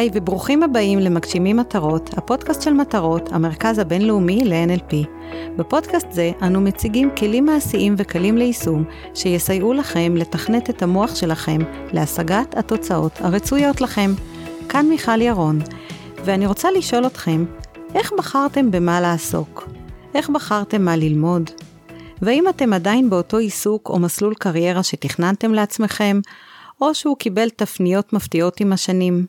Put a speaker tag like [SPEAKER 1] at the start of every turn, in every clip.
[SPEAKER 1] היי וברוכים הבאים למגשימים מטרות, הפודקאסט של מטרות, המרכז הבינלאומי ל-NLP. בפודקאסט זה אנו מציגים כלים מעשיים וקלים ליישום שיסייעו לכם לתכנת את המוח שלכם להשגת התוצאות הרצויות לכם. כאן מיכל ירון, ואני רוצה לשאול אתכם, איך בחרתם במה לעסוק? איך בחרתם מה ללמוד? והאם אתם עדיין באותו עיסוק או מסלול קריירה שתכננתם לעצמכם, או שהוא קיבל תפניות מפתיעות עם השנים?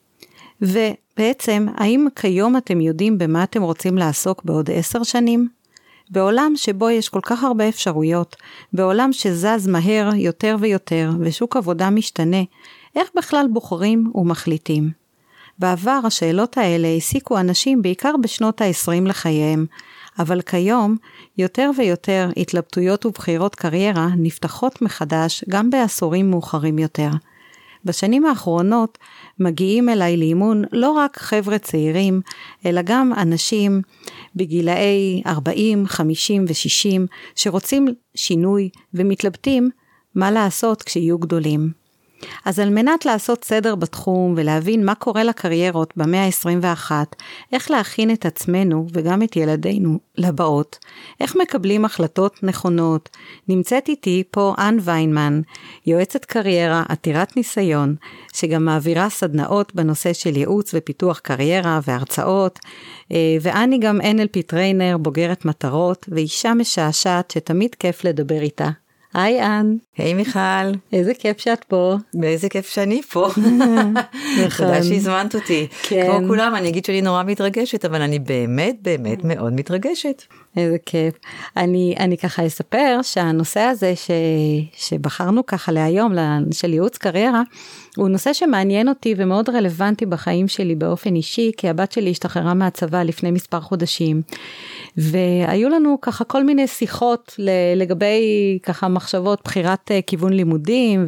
[SPEAKER 1] ובעצם, האם כיום אתם יודעים במה אתם רוצים לעסוק בעוד 10 שנים? בעולם שבו יש כל כך הרבה אפשרויות, בעולם שזז מהר יותר ויותר, ושוק עבודה משתנה, איך בכלל בוחרים ומחליטים? בעבר השאלות האלה העסיקו אנשים בעיקר בשנות ה-20 לחייהם, אבל כיום יותר ויותר התלבטויות ובחירות קריירה נפתחות מחדש גם בעשורים מאוחרים יותר. בשנים האחרונות מגיעים אליי לאימון לא רק חבר'ה צעירים, אלא גם אנשים בגילאי 40, 50 ו-60 שרוצים שינוי ומתלבטים מה לעשות כשיהיו גדולים. אז על מנת לעשות סדר בתחום ולהבין מה קורה לקריירות במאה ה-21, איך להכין את עצמנו וגם את ילדינו לבאות, איך מקבלים החלטות נכונות, נמצאת איתי פה אן ויינמן, יועצת קריירה עתירת ניסיון, שגם מעבירה סדנאות בנושא של ייעוץ ופיתוח קריירה והרצאות, ואני גם NLP טריינר, בוגרת מטרות, ואישה משעשעת שתמיד כיף לדבר איתה. היי אן.
[SPEAKER 2] היי מיכל.
[SPEAKER 1] איזה כיף שאת פה.
[SPEAKER 2] ואיזה כיף שאני פה. תודה שהזמנת אותי.
[SPEAKER 1] כן.
[SPEAKER 2] כמו כולם, אני אגיד שאני נורא מתרגשת, אבל אני באמת מאוד מתרגשת.
[SPEAKER 1] איזה כיף. אני ככה אספר שהנושא הזה שבחרנו ככה להיום, של ייעוץ קריירה, הוא נושא שמעניין אותי ומאוד רלוונטי בחיים שלי באופן אישי, כי הבת שלי השתחררה מהצבא לפני מספר חודשים, והיו לנו ככה כל מיני שיחות לגבי ככה מחשבות בחירת כיוון לימודים,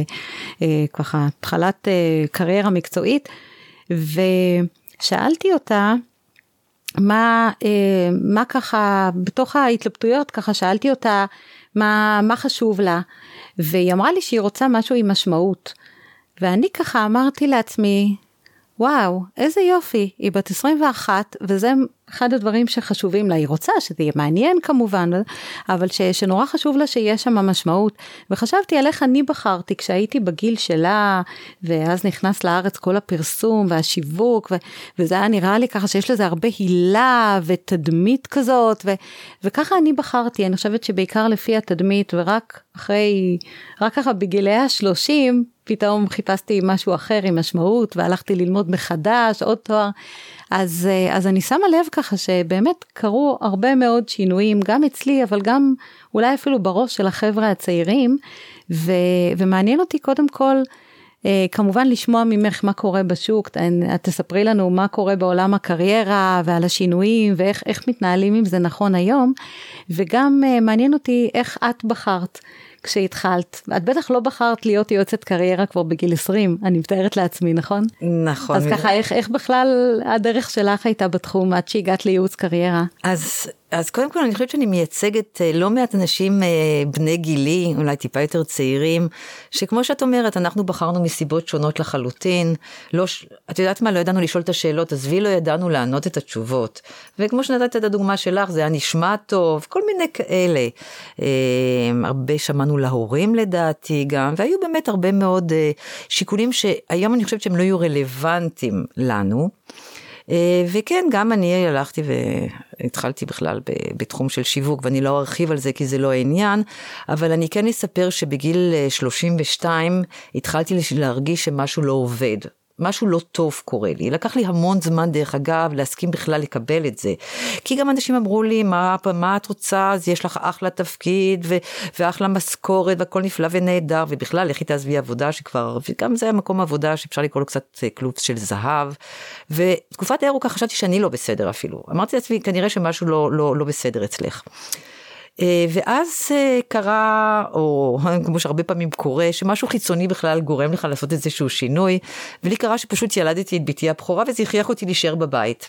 [SPEAKER 1] וככה התחלת קריירה מקצועית, ושאלתי אותה, מה ככה, בתוך ההתלבטויות, ככה שאלתי אותה, מה חשוב לה, והיא אמרה לי שהיא רוצה משהו עם משמעות, ואני ככה אמרתי לעצמי, וואו, איזה יופי, היא בת 21, וזה אחד הדברים שחשובים לה, היא רוצה שזה יהיה מעניין כמובן, אבל שנורא חשוב לה שיש שם משמעות, וחשבתי על איך אני בחרתי כשהייתי בגיל שלה, ואז נכנס לארץ כל הפרסום והשיווק, וזה היה נראה לי ככה שיש לזה הרבה הילה ותדמית כזאת, וככה אני בחרתי, אני חושבת שבעיקר לפי התדמית, ורק רק ככה בגילי ה-30, פתאום חיפשתי משהו אחר עם משמעות, והלכתי ללמוד מחדש, עוד תואר, אז אני שמה לב ככה שבאמת קרו הרבה מאוד שינויים, גם אצלי, אבל גם אולי אפילו בראש של החבר'ה הצעירים, ומעניין אותי קודם כל, כמובן לשמוע ממך מה קורה בשוק, את תספרי לנו מה קורה בעולם הקריירה, ועל השינויים, ואיך מתנהלים עם זה נכון היום, וגם מעניין אותי איך את בחרת, כשהתחלת, את בטח לא בחרת להיות יועצת קריירה כבר בגיל 20, אני מתארת לעצמי, נכון?
[SPEAKER 2] נכון.
[SPEAKER 1] אז ככה, איך בכלל הדרך שלך הייתה בתחום, עד שהגעת לייעוץ קריירה?
[SPEAKER 2] אז קודם כל אני חושבת שאני מייצגת לא מעט אנשים בני גילי, אולי טיפה יותר צעירים, שכמו שאת אומרת, אנחנו בחרנו מסיבות שונות לחלוטין, את יודעת מה, לא ידענו לשאול את השאלות, עזבי לא ידענו לענות את התשובות, וכמו שנתת את הדוגמה שלך, זה היה נשמע טוב, כל מיני כאלה, הרבה שמענו להורים לדעתי גם, והיו באמת הרבה מאוד שיקולים שהיום אני חושבת שהם לא יהיו רלוונטיים לנו, וכן, גם אני הלכתי והתחלתי בכלל בתחום של שיווק, ואני לא ארחיב על זה כי זה לא העניין, אבל אני כן אספר שבגיל 32 התחלתי להרגיש שמשהו לא עובד. משהו לא טוב קורה לי, לקח לי המון זמן דרך אגב להסכים בכלל לקבל את זה, כי גם אנשים אמרו לי מה את רוצה, אז יש לך אחלה תפקיד ואחלה משכורת והכל נפלא ונהדר, ובכלל לכי תעזבי עבודה שכבר, וגם זה היה מקום עבודה שאפשר לקרוא לו קצת קלוץ של זהב, ותקופת ארוכה חשבתי שאני לא בסדר אפילו, אמרתי לעצמי כנראה שמשהו לא בסדר אצלך. ואז קרה, או כמו שהרבה פעמים קורה, שמשהו חיצוני בכלל גורם לך לעשות איזשהו שינוי, ולי קרה שפשוט ילדתי את ביתי הבכורה, וזה הכריח אותי להישאר בבית.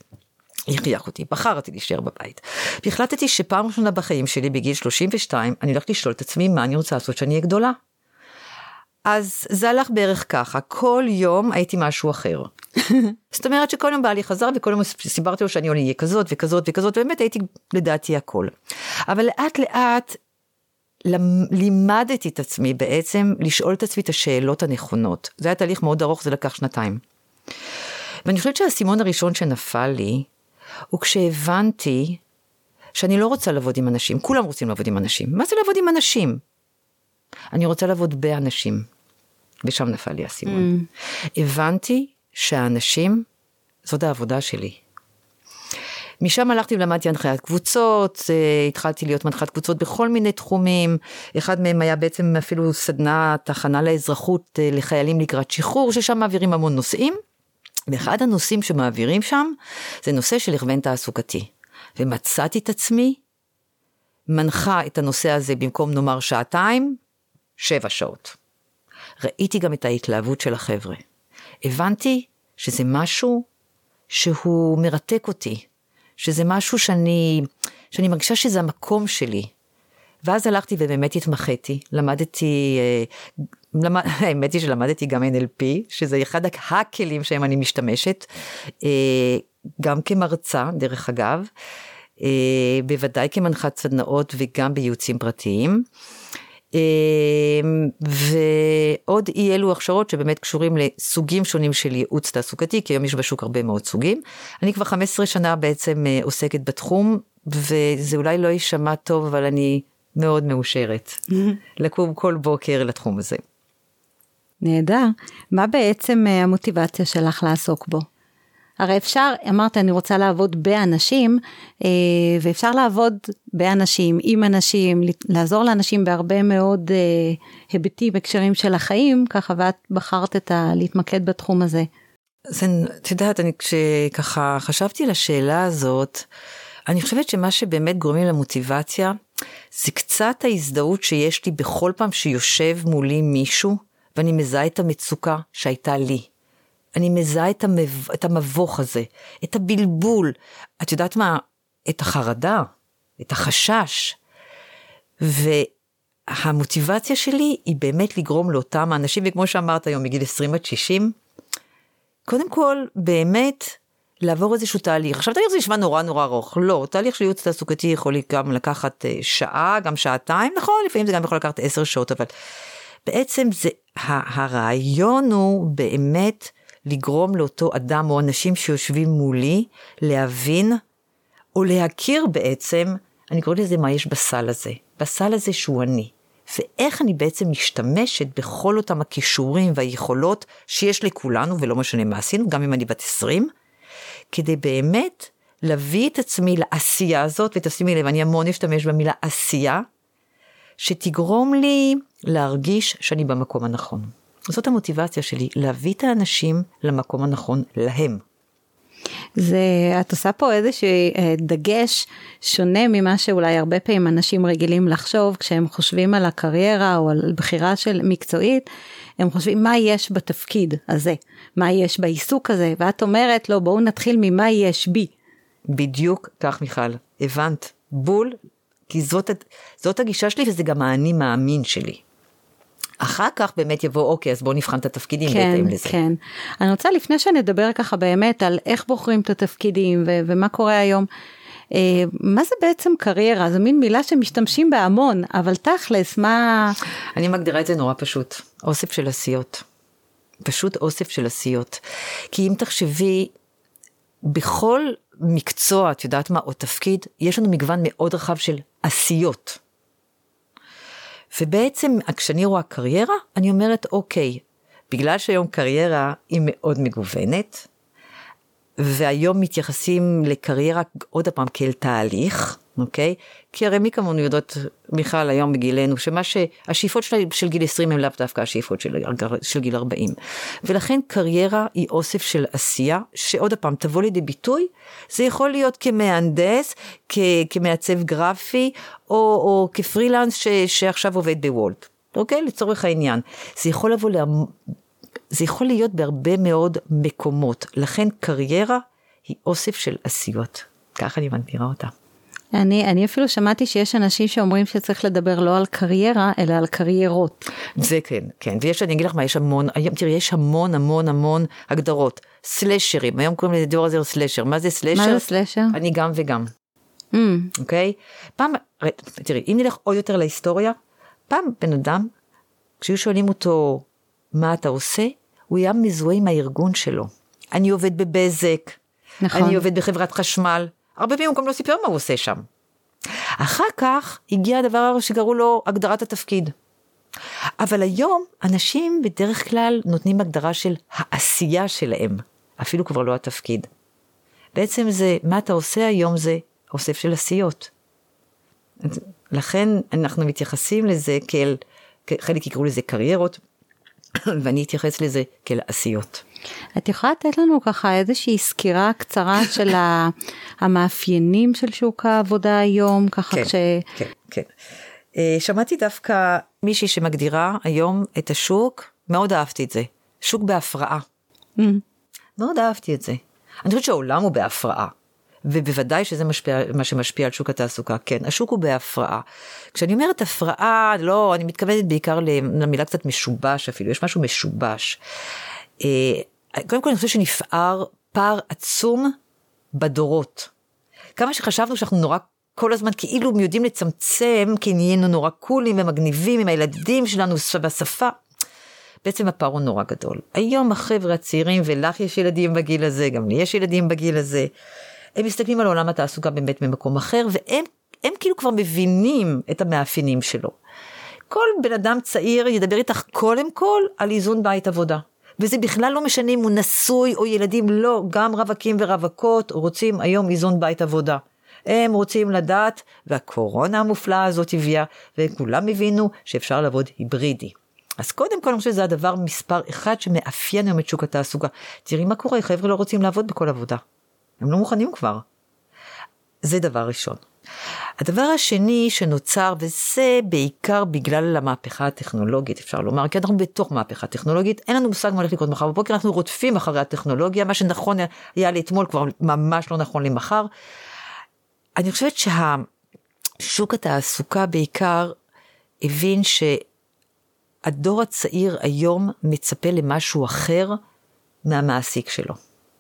[SPEAKER 2] בחרתי להישאר בבית. והחלטתי שפעם ראשונה בחיים שלי, בגיל 32, אני הולכת לשאול את עצמי מה אני רוצה לעשות שאני אהיה גדולה. אז זה הלך בערך ככה, כל יום הייתי משהו אחר. זאת אומרת שכל יום בעלי חזר, וכל יום סיברתי לו שאני אהיה כזאת וכזאת וכזאת, ובאמת הייתי לדעתי הכל. אבל לאט לאט לימדתי את עצמי בעצם לשאול את עצמי את השאלות הנכונות. זה היה תהליך מאוד ארוך, זה לקח 2 ואני חושבת שהסימון הראשון שנפל לי, הוא כשהבנתי שאני לא רוצה לעבוד עם אנשים, כולם רוצים לעבוד עם אנשים. מה זה לעבוד עם אנשים? אני רוצה לעבוד באנשים, ושם נפל לי הסימון. הבנתי שהאנשים, זאת העבודה שלי. משם הלכתי ולמדתי הנחיית קבוצות, התחלתי להיות מנחת קבוצות בכל מיני תחומים, אחד מהם היה בעצם אפילו סדנה, תחנה לאזרחות לחיילים לקראת שחרור, ששם מעבירים המון נושאים, ואחד הנושאים שמעבירים שם, זה נושא של הכוון תעסוקתי, ומצאתי את עצמי, מנחה את הנושא הזה במקום נאמר 2 7 שעות. ראיתי גם את ההתלהבות של החבר'ה. הבנתי שזה משהו שהוא מרתק אותי, שזה משהו שאני מרגישה שזה המקום שלי. ואז הלכתי ובאמת התמחיתי, האמת היא שלמדתי גם NLP, שזה אחד הכלים שהם אני משתמשת, גם כמרצה, דרך אגב, בוודאי כמנחת סדנאות וגם בייעוצים פרטיים, ועוד אי אלו הכשרות שבאמת קשורים לסוגים שונים של ייעוץ תעסוקתי, כי היום יש בשוק הרבה מאוד סוגים. אני כבר 15 שנה בעצם עוסקת בתחום, וזה אולי לא יישמע טוב, אבל אני מאוד מאושרת לקום כל בוקר לתחום הזה.
[SPEAKER 1] נהדר. מה בעצם המוטיבציה שלך לעסוק בו? הרי אפשר, אמרת, אני רוצה לעבוד באנשים, ואפשר לעבוד באנשים, עם אנשים, לעזור לאנשים בהרבה מאוד היבטים, הקשרים של החיים, ככה ואת בחרת להתמקד בתחום הזה.
[SPEAKER 2] את יודעת, כשככה חשבתי על השאלה הזאת, אני חושבת שמה שבאמת גורמים למוטיבציה, זה קצת ההזדהות שיש לי בכל פעם שיושב מולי מישהו, ואני מזהה את המצוקה שהייתה לי. אני מזהה את המבוך הזה, את הבלבול, את יודעת מה? את החרדה, את החשש, והמוטיבציה שלי היא באמת לגרום לאותם האנשים, וכמו שאמרת היום, מגיל 20 עד 60, קודם כל, באמת, לעבור איזשהו תהליך. עכשיו, תהליך זה נשמע נורא נורא ארוך. לא, תהליך של ייעוץ תעסוקתי יכול גם לקחת שעה, גם 2 נכון, לפעמים זה גם יכול לקחת 10 שעות, אבל בעצם הרעיון הוא באמת לגרום לאותו אדם או אנשים שיושבים מולי, להבין או להכיר בעצם, אני קוראת לזה מה יש בסל הזה. בסל הזה שהוא אני. ואיך אני בעצם משתמשת בכל אותם הכישורים והיכולות שיש לכולנו, ולא משנה מה עשינו, גם אם אני בת 20, כדי באמת להביא את עצמי לעשייה הזאת, ותשימי לב, אני המון אשתמש במילה עשייה, שתגרום לי להרגיש שאני במקום הנכון. זאת המוטיבציה שלי, להביא את האנשים למקום הנכון להם.
[SPEAKER 1] את עושה פה איזשהו דגש שונה ממה שאולי הרבה פעמים אנשים רגילים לחשוב, כשהם חושבים על הקריירה או על בחירה של מקצועית, הם חושבים מה יש בתפקיד הזה, מה יש בעיסוק הזה, ואת אומרת לא, בואו נתחיל ממה יש בי.
[SPEAKER 2] בדיוק כך מיכל, הבנת, בול, כי זאת הגישה שלי וזה גם האני מאמין שלי. אחר כך באמת יבוא, אוקיי, אז בואו נבחן את התפקידים בהתאם לזה.
[SPEAKER 1] כן, אני רוצה לפני שנדבר ככה באמת על איך בוחרים את התפקידים ומה קורה היום, מה זה בעצם קריירה? זו מין מילה שמשתמשים בה המון, אבל תכלס, מה...
[SPEAKER 2] אני מגדירה את זה נורא פשוט, אוסף של עשיות. פשוט אוסף של עשיות. כי אם תחשבי, בכל מקצוע, את יודעת מה, או תפקיד, יש לנו מגוון מאוד רחב של עשיות. ובעצם, כשאני רואה קריירה, אני אומרת, אוקיי, בגלל שהיום קריירה היא מאוד מגוונת, והיום מתייחסים לקריירה עוד הפעם כאל תהליך, אוקיי? כי הרי מי כמונו יודעות, מיכל, היום בגילנו, שהשאיפות של גיל 20 הם לאו דווקא השאיפות של גיל 40. ולכן קריירה היא אוסף של עשייה, שעוד הפעם תבוא לידי ביטוי, זה יכול להיות כמהנדס, כמעצב גרפי, או כפרילנס שעכשיו עובד בוולט. אוקיי? לצורך העניין. זה יכול להיות בהרבה מאוד מקומות. לכן קריירה היא אוסף של עשיות. ככה אני מגדירה אותה.
[SPEAKER 1] אני אפילו שמעתי שיש אנשים שאומרים שצריך לדבר לא על קריירה, אלא על קריירות.
[SPEAKER 2] זה כן, כן. ויש, אני אגיד לך מה, יש המון, תראי, יש המון המון המון הגדרות. סלשרים, היום קוראים לדור הזה סלשר. מה זה סלשר?
[SPEAKER 1] מה זה סלשר?
[SPEAKER 2] אני גם וגם. אוקיי? פעם, תראי, אם נלך עוד יותר להיסטוריה, פעם בן אדם, כשהיו שואלים אותו מה אתה עושה, הוא היה מזוהה עם הארגון שלו. אני עובד בבזק,
[SPEAKER 1] נכון.
[SPEAKER 2] אני עובד בחברת חשמל, הרבה פעמים הוא גם לא סיפר מה הוא עושה שם. אחר כך הגיע הדבר שקראו לו הגדרת התפקיד. אבל היום אנשים בדרך כלל נותנים הגדרה של העשייה שלהם, אפילו כבר לא התפקיד. בעצם זה, מה אתה עושה היום זה אוסף של עשיות. לכן אנחנו מתייחסים לזה חלק יקראו לזה קריירות, ואני אתייחס לזה כאל עשיות.
[SPEAKER 1] את יכולה לתת לנו ככה איזושהי סקירה קצרה של המאפיינים של שוק העבודה היום, ככה
[SPEAKER 2] כן. שמעתי דווקא מישהי שמגדירה היום את השוק, מאוד אהבתי את זה, שוק בהפרעה. מאוד אהבתי את זה. אני חושבת שהעולם הוא בהפרעה, ובוודאי שזה מה שמשפיע על שוק התעסוקה, כן, השוק הוא בהפרעה. כשאני אומרת הפרעה, לא, אני מתכוונת בעיקר למילה קצת משובש אפילו, יש משהו משובש. קודם כל אני חושבת שנפער פער עצום בדורות. כמה שחשבנו שאנחנו נורא כל הזמן כאילו יודעים לצמצם, כי נהיינו נורא קולים ומגניבים עם הילדים שלנו בשפה, בעצם הפער הוא נורא גדול. היום החבר'ה הצעירים, ולך יש ילדים בגיל הזה, גם לי יש ילדים בגיל הזה, הם מסתכלים על עולם התעסוקה באמת ממקום אחר, והם כאילו כבר מבינים את המאפיינים שלו. כל בן אדם צעיר ידבר איתך קודם כל על איזון בית עבודה. וזה בכלל לא משנה אם הוא נשוי או ילדים, לא, גם רווקים ורווקות רוצים היום איזון בית עבודה. הם רוצים לדעת, והקורונה המופלאה הזאת הביאה, וכולם הבינו שאפשר לעבוד היברידי. אז קודם כל אני חושב שזה הדבר מספר אחד שמאפיין היום את שוק התעסוקה. תראי מה קורה, חבר'ה לא רוצים לעבוד בכל עבודה. הם לא מוכנים כבר. זה דבר ראשון. הדבר השני שנוצר, וזה בעיקר בגלל המהפכה הטכנולוגית, אפשר לומר, כי אנחנו בתוך מהפכה טכנולוגית, אין לנו מושג מה הולך לקרות מחר בבוקר, אנחנו רודפים אחרי הטכנולוגיה, מה שנכון היה לאתמול כבר ממש לא נכון למחר. אני חושבת שהשוק התעסוקה בעיקר הבין שהדור הצעיר היום מצפה למשהו אחר מהמעסיק שלו.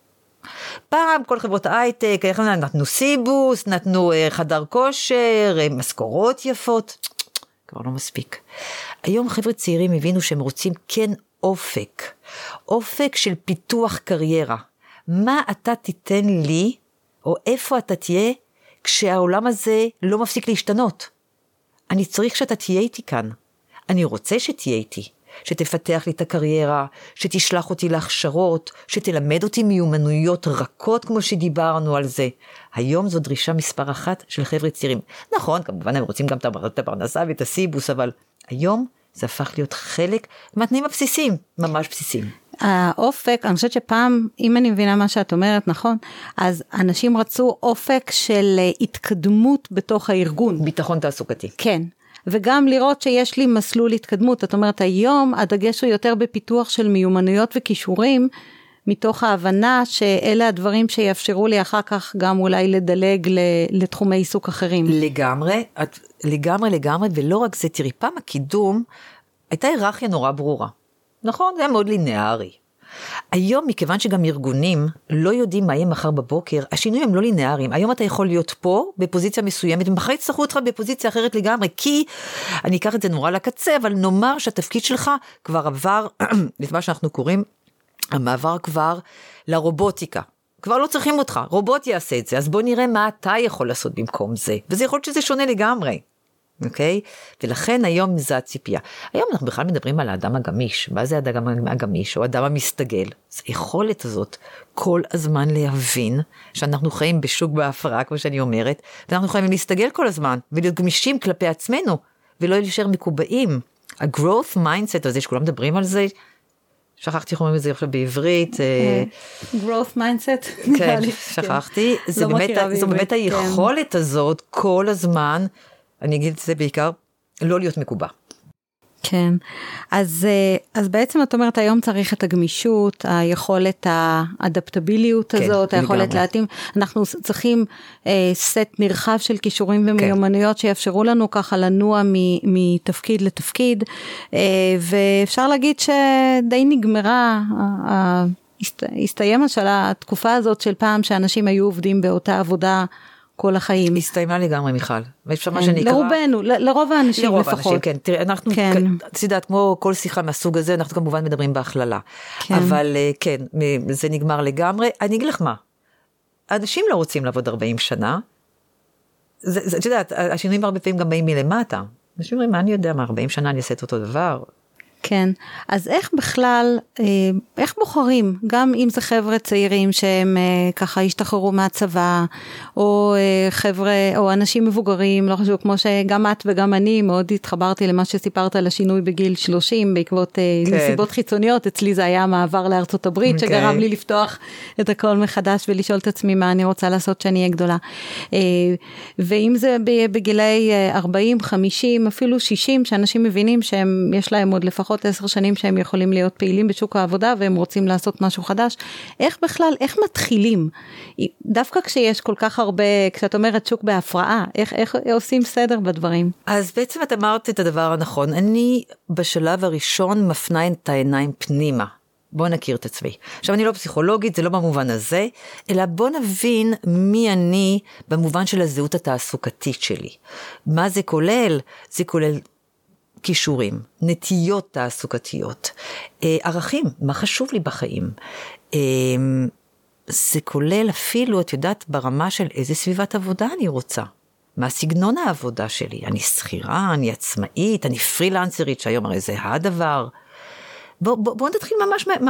[SPEAKER 2] פעם כל חברות ההייטק, נתנו סיבוס, נתנו חדר כושר, משכורות יפות, כבר לא מספיק. היום חבר'ה צעירים הבינו שהם רוצים כן אופק, אופק של פיתוח קריירה. מה אתה תיתן לי, או איפה אתה תהיה, כשהעולם הזה לא מפסיק להשתנות. אני צריך שאתה תהיה איתי כאן. אני רוצה שתהיה איתי. שתפתח לי את הקריירה, שתשלח אותי להכשרות, שתלמד אותי מיומנויות רכות כמו שדיברנו על זה. היום זו דרישה מספר אחת של חבר'ה צעירים. נכון, כמובן הם רוצים גם את הפרנסה ואת הסיבוס, אבל היום זה הפך להיות חלק מהתנאים הבסיסיים, ממש בסיסיים.
[SPEAKER 1] האופק, אני חושבת שפעם, אם אני מבינה מה שאת אומרת, נכון, אז אנשים רצו אופק של התקדמות בתוך הארגון.
[SPEAKER 2] ביטחון תעסוקתי.
[SPEAKER 1] כן. וגם לראות שיש לי מסלול התקדמות. זאת אומרת, היום הדגש הוא יותר בפיתוח של מיומנויות וכישורים, מתוך ההבנה שאלה הדברים שיאפשרו לי אחר כך גם אולי לדלג לתחומי עיסוק אחרים.
[SPEAKER 2] לגמרי, ולא רק זה, תראי, פעם הקידום, הייתה היררכיה נורא ברורה. נכון? זה היה מאוד לינארי. היום, מכיוון שגם ארגונים לא יודעים מה יהיה מחר בבוקר, השינויים הם לא לינאריים. היום אתה יכול להיות פה בפוזיציה מסוימת, ומחר יצטרכו אותך בפוזיציה אחרת לגמרי, כי, אני אקח את זה נורא לקצה, אבל נאמר שהתפקיד שלך כבר עבר, לפני שאנחנו קוראים, המעבר כבר לרובוטיקה. כבר לא צריכים אותך, רובוט יעשה את זה, אז בוא נראה מה אתה יכול לעשות במקום זה. וזה יכול להיות שזה שונה לגמרי. אוקיי? ולכן היום זה הציפייה. היום אנחנו בכלל מדברים על האדם הגמיש. מה זה האדם הגמיש או האדם המסתגל? זו היכולת הזאת כל הזמן להבין שאנחנו חיים בשוק בהפרעה, כמו שאני אומרת, ואנחנו חייבים להסתגל כל הזמן, ולהיות גמישים כלפי עצמנו, ולא להישאר מקובעים. ה-growth mindset הזה, שכולם מדברים על זה, שכחתי איך אומרים את זה עכשיו בעברית.
[SPEAKER 1] growth mindset.
[SPEAKER 2] כן, שכחתי. זו באמת היכולת הזאת כל הזמן, אני אגיד את זה בעיקר, לא להיות מקובע.
[SPEAKER 1] כן, אז בעצם את אומרת, היום צריך את הגמישות, היכולת, האדפטביליות הזאת, היכולת להתאים, אנחנו צריכים סט נרחב של כישורים ומיומנויות שיאפשרו לנו ככה לנוע מתפקיד לתפקיד, ואפשר להגיד שדי נגמרה, הסתיים התקופה הזאת של פעם שאנשים היו עובדים באותה עבודה כל החיים.
[SPEAKER 2] הסתיימה לגמרי, מיכל.
[SPEAKER 1] לרובנו, לרוב האנשים לפחות.
[SPEAKER 2] לרוב האנשים, כן. תראה, אנחנו, תדעת, כמו כל שיחה מהסוג הזה, אנחנו כמובן מדברים בהכללה. אבל כן, זה נגמר לגמרי. אני אגיד לך מה, אנשים לא רוצים לעבוד 40 שנה. תדעת, השינויים הרבה פעמים גם באים מלמטה. אנשים אומרים, מה אני יודע, מה 40 שנה אני אעשה את אותו דבר?
[SPEAKER 1] כן, אז איך בכלל, איך בוחרים, גם אם זה חבר'ה צעירים שהם ככה השתחררו מהצבא, או חבר'ה, או אנשים מבוגרים, לא חשוב, כמו שגם את וגם אני מאוד התחברתי למה שסיפרת על השינוי בגיל 30, בעקבות נסיבות חיצוניות, אצלי זה היה מעבר לארצות הברית, שגרם לי לפתוח את הכל מחדש, ולשאול את עצמי מה אני רוצה לעשות שאני אהיה גדולה. ואם זה בגילי 40, 50, אפילו 60, שאנשים מבינים שהם, יש להם עוד לפחות 10 שנים שהם יכולים להיות פעילים בשוק העבודה, והם רוצים לעשות משהו חדש. איך בכלל, איך מתחילים? דווקא כשיש כל כך הרבה, כשאת אומרת שוק בהפרעה, איך עושים סדר בדברים?
[SPEAKER 2] אז בעצם את אמרת את הדבר הנכון. אני בשלב הראשון מפנה את העיניים פנימה. בוא נכיר את עצמי. עכשיו אני לא פסיכולוגית, זה לא במובן הזה, אלא בוא נבין מי אני במובן של הזהות התעסוקתית שלי. מה זה כולל? זה כולל כישורים, נטיות תעסוקתיות, ערכים, מה חשוב לי בחיים. זה כולל אפילו, את יודעת, ברמה של איזה סביבת עבודה אני רוצה. מה סגנון העבודה שלי? אני שכירה, אני עצמאית, אני פרילנסרית, שהיום הרי זה הדבר. בואו נתחיל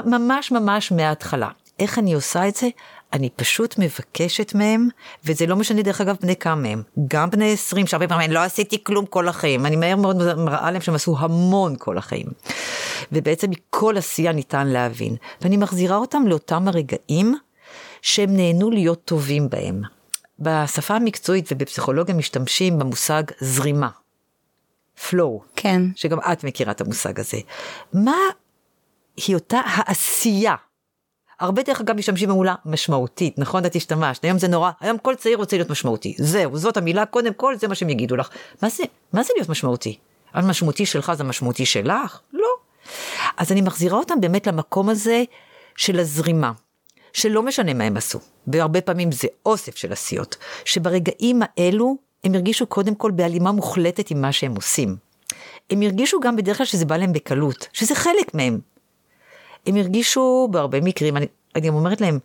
[SPEAKER 2] ממש מההתחלה. איך אני עושה את זה? אני פשוט מבקשת מהם, וזה לא משנה דרך אגב בני כמה מהם, גם בני 20, שהרבה פעמים לא עשיתי כלום כל החיים, אני מהר מאוד מראה להם שהם עשו המון כל החיים, ובעצם מכל עשייה ניתן להבין, ואני מחזירה אותם לאותם הרגעים, שהם נהנו להיות טובים בהם. בשפה המקצועית ובפסיכולוגיה משתמשים במושג זרימה, flow,
[SPEAKER 1] כן.
[SPEAKER 2] שגם את מכירה את המושג הזה. מה היא אותה העשייה? הרבה דרך אגב משתמשים במולה משמעותית, נכון? את השתמשת, היום זה נורא, היום כל צעיר רוצה להיות משמעותי, זהו, זאת המילה, קודם כל זה מה שהם יגידו לך. מה זה להיות משמעותי? המשמעותי שלך זה המשמעותי שלך? לא. אז אני מחזירה אותם באמת למקום הזה של הזרימה, שלא משנה מה הם עשו, והרבה פעמים זה אוסף של עשיות, שברגעים האלו הם הרגישו קודם כל בהלימה מוחלטת עם מה שהם עושים. הם הרגישו גם בדרך כלל שזה בא להם בקלות, שזה חלק מהם. הם הרגישו בהרבה מקרים, אני אומרת להם,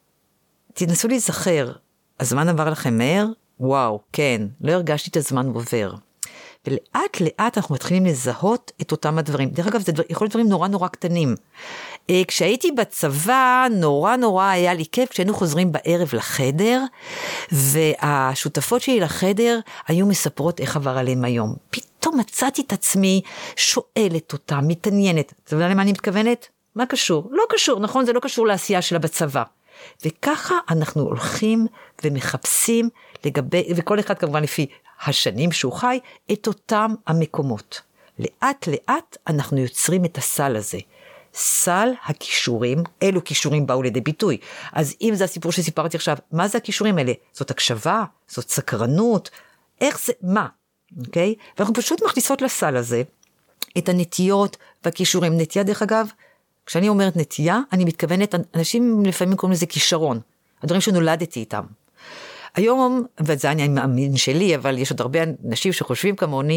[SPEAKER 2] תנסו להיזכר, הזמן עבר לכם מהר? וואו, כן, לא הרגשתי את הזמן עובר. ולאט לאט אנחנו מתחילים לזהות את אותם הדברים. דרך אגב, זה יכול להיות דברים נורא נורא קטנים. כשהייתי בצבא, נורא היה לי כיף, כשהיינו חוזרים בערב לחדר, והשותפות שלי לחדר היו מספרות איך עבר עליהם היום. פתאום מצאתי את עצמי, שואלת אותה, מתעניינת. אתה יודע למה אני מתכוונת? מה קשור? לא קשור, נכון? זה לא קשור לעשייה שלה בצבא. וככה אנחנו הולכים ומחפשים לגבי, וכל אחד כמובן לפי השנים שהוא חי, את אותם המקומות. לאט לאט אנחנו יוצרים את הסל הזה. סל הכישורים, אלו כישורים באו לידי ביטוי. אז אם זה הסיפור שסיפרתי עכשיו, מה זה הכישורים האלה? זאת הקשבה, זאת סקרנות, איך זה, מה? אוקיי? ואנחנו פשוט מכניסות לסל הזה את הנטיות והכישורים. נטייה דרך אגב, כשאני אומרת נטייה, אני מתכוונת, אנשים לפעמים קוראים לזה כישרון, הדברים שנולדתי איתם. היום, וזה אני מאמין שלי, אבל יש עוד הרבה אנשים שחושבים כמוני,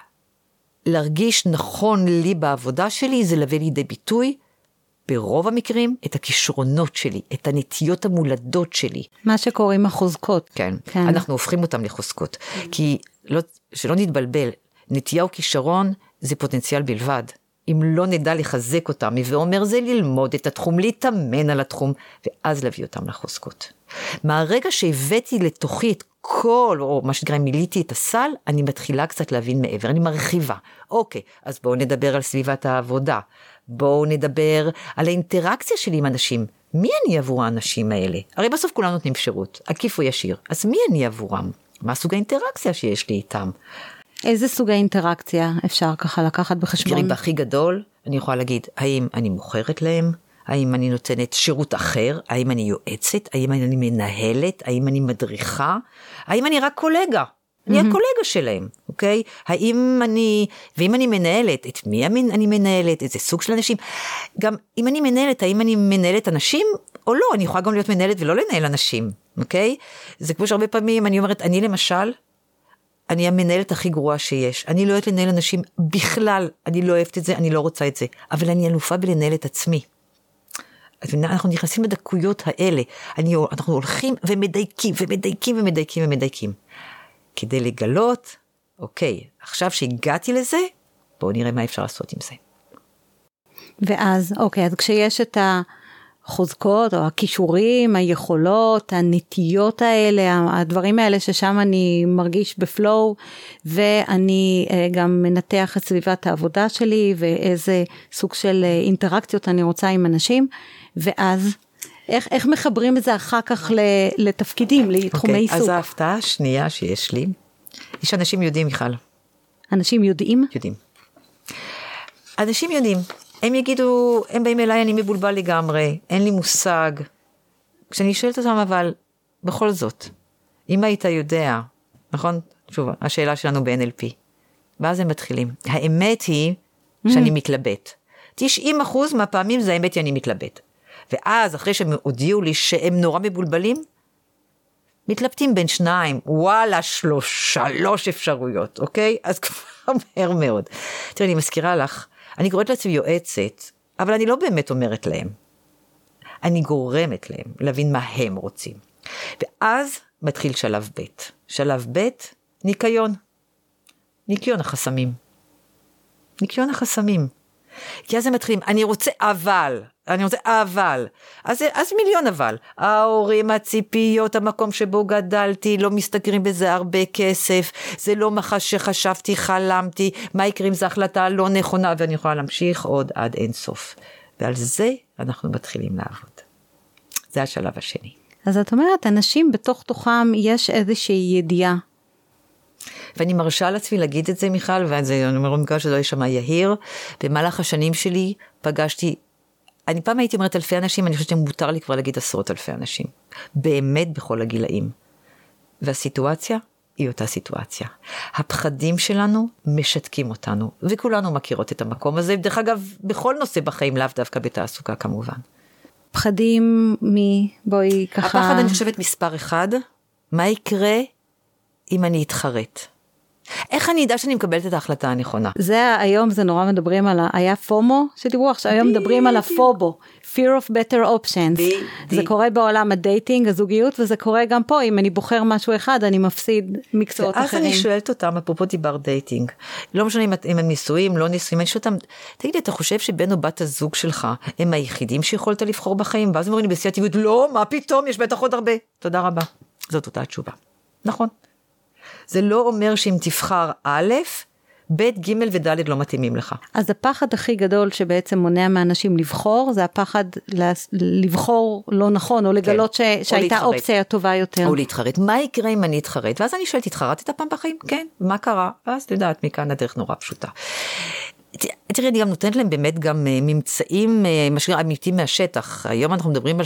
[SPEAKER 2] להרגיש נכון לי בעבודה שלי, זה להביא לידי ביטוי, ברוב המקרים, את הכישרונות שלי, את הנטיות המולדות שלי.
[SPEAKER 1] מה שקוראים החוזקות.
[SPEAKER 2] כן, אנחנו הופכים אותם לחוזקות. כי שלא נתבלבל, נטייה או כישרון זה פוטנציאל בלבד. אם לא נדע לחזק אותם, ואומר זה ללמוד את התחום, להתאמן על התחום, ואז להביא אותם לחוזקות. מהרגע שהבאתי לתוכי את כל, או מה שנקרא, מיליתי את הסל, אני מתחילה קצת להבין מעבר, אני מרחיבה. אוקיי, אז בואו נדבר על סביבת העבודה, בואו נדבר על האינטראקציה שלי עם אנשים. מי אני עבור האנשים האלה? הרי בסוף כולם נותנים שירות, עקיף או ישיר. אז מי אני עבורם? מה סוג האינטראקציה שיש לי איתם?
[SPEAKER 1] איזה סוג האינטראקציה אפשר ככה לקחת בחשבון?
[SPEAKER 2] תראי, בהכי גדול, אני יכולה להגיד, האם אני מוכרת להם? האם אני נותנת שירות אחר? האם אני יועצת? האם אני מנהלת? האם אני מדריכה? האם אני רק קולגה? אני הקולגה שלהם, אוקיי? ואם אני מנהלת, את מי אני מנהלת? איזה סוג של אנשים? גם אם אני מנהלת, האם אני מנהלת אנשים או לא? אני יכולה גם להיות מנהלת ולא לנהל אנשים, אוקיי? זה כמו שהרבה פעמים אני אומרת, אני למשל, אני המנהלת הכי גרועה שיש. אני לא אוהבת לנהל אנשים בכלל, אני לא אוהבת את זה, אני לא רוצה את זה. אבל אני אלופה בלנהל את עצמי. אנחנו נכנסים לדקויות האלה. אנחנו הולכים ומדייקים ומדייקים ומדייקים ומדייקים. כדי לגלות, אוקיי, עכשיו שהגעתי לזה, בואו נראה מה אפשר לעשות עם זה.
[SPEAKER 1] ואז, אוקיי, אז כשיש את החוזקות או הכישורים, היכולות, הנטיות האלה, הדברים האלה ששם אני מרגיש בפלואו, ואני גם מנתח את סביבת העבודה שלי, ואיזה סוג של אינטראקציות אני רוצה עם אנשים, ואז איך מחברים את זה אחר כך לתפקידים, לתחומי עיסוק?
[SPEAKER 2] אז ההפתעה השנייה שיש לי, יש אנשים יודעים, מיכל.
[SPEAKER 1] אנשים יודעים?
[SPEAKER 2] יודעים. אנשים יודעים. הם יגידו, הם באים אליי, אני מבולבל לגמרי, אין לי מושג. כשאני שואלת אותם, אבל בכל זאת, אם היית יודע, נכון? שוב, השאלה שלנו ב-NLP. ואז הם מתחילים. האמת היא שאני מתלבט. 90% מהפעמים זה האמת היא אני מתלבט. ואז אחרי שהם הודיעו לי שהם נורא מבולבלים, מתלבטים בין 2, וואלה 3 אפשרויות, אוקיי? אז כבר מהר מאוד. תראי, אני מזכירה לך, אני קוראת לעצמי יועצת, אבל אני לא באמת אומרת להם. אני גורמת להם להבין מה הם רוצים. ואז מתחיל שלב ב'. שלב ב', ניקיון. ניקיון החסמים. ניקיון החסמים. כי אז הם מתחילים, אני רוצה אבל. אז מיליון אבל. ההורים, הציפיות, המקום שבו גדלתי, לא מסתגרים בזה הרבה כסף, זה לא מה שחשבתי, חלמתי, מה יקרה אם זו החלטה לא נכונה, ואני יכולה להמשיך עוד עד אין סוף. ועל זה אנחנו מתחילים לעבוד. זה השלב השני.
[SPEAKER 1] אז את אומרת, אנשים בתוך תוכם יש איזושהי ידיעה.
[SPEAKER 2] ואני מרשה לעצמי להגיד את זה, מיכל, ואני אומר מכאן שזה לא ישמע יהיר, במהלך השנים שלי פגשתי, אני פעם הייתי אומרת אלפי אנשים, אני חושבת שמותר לי כבר להגיד 10,000 אנשים, באמת בכל הגילאים. והסיטואציה היא אותה סיטואציה. הפחדים שלנו משתקים אותנו, וכולנו מכירות את המקום הזה, דרך אגב, בכל נושא בחיים, לאו דווקא בתעסוקה כמובן.
[SPEAKER 1] פחדים בואי ככה...
[SPEAKER 2] הפחד אני חושבת מספר 1, מה יקרה אם אני אתחרט? איך אני אדע שאני מקבלת את ההחלטה הנכונה?
[SPEAKER 1] היום זה נורא מדברים על, היה פומו שדיברו עכשיו, היום מדברים על הפובו, fear of better options. זה קורה בעולם הדייטינג, הזוגיות, וזה קורה גם פה, אם אני בוחר משהו אחד, אני מפסיד מקצועות אחרים.
[SPEAKER 2] ואז אני שואלת אותם, אפרופו דיבר דייטינג, לא משנה אם הם נישואים, לא נישואים, אני שואלת אותם, תגידי, אתה חושב שבן או בת הזוג שלך, הם היחידים שיכולת לבחור בחיים? ואז הם אומרים לי בשיא הטבעיות, לא, מה פתאום, יש בטח עוד הרבה. תודה רבה. זאת אותה התשובה. נכון. זה לא אומר שאם תבחר א', ב', ג' וד' לא מתאימים לך.
[SPEAKER 1] אז הפחד הכי גדול שבעצם מונע מאנשים לבחור, זה הפחד לבחור לא נכון, או לגלות שהייתה אופציה טובה יותר.
[SPEAKER 2] או להתחרט. מה יקרה אם אני אתחרט? ואז אני שואלת, התחרטת פעם בחיים? כן. מה קרה? ואז תדעת, מכאן הדרך נורא פשוטה. תראי, אני גם נותנת להם באמת גם ממצאים, אמיתיים מהשטח. היום אנחנו מדברים על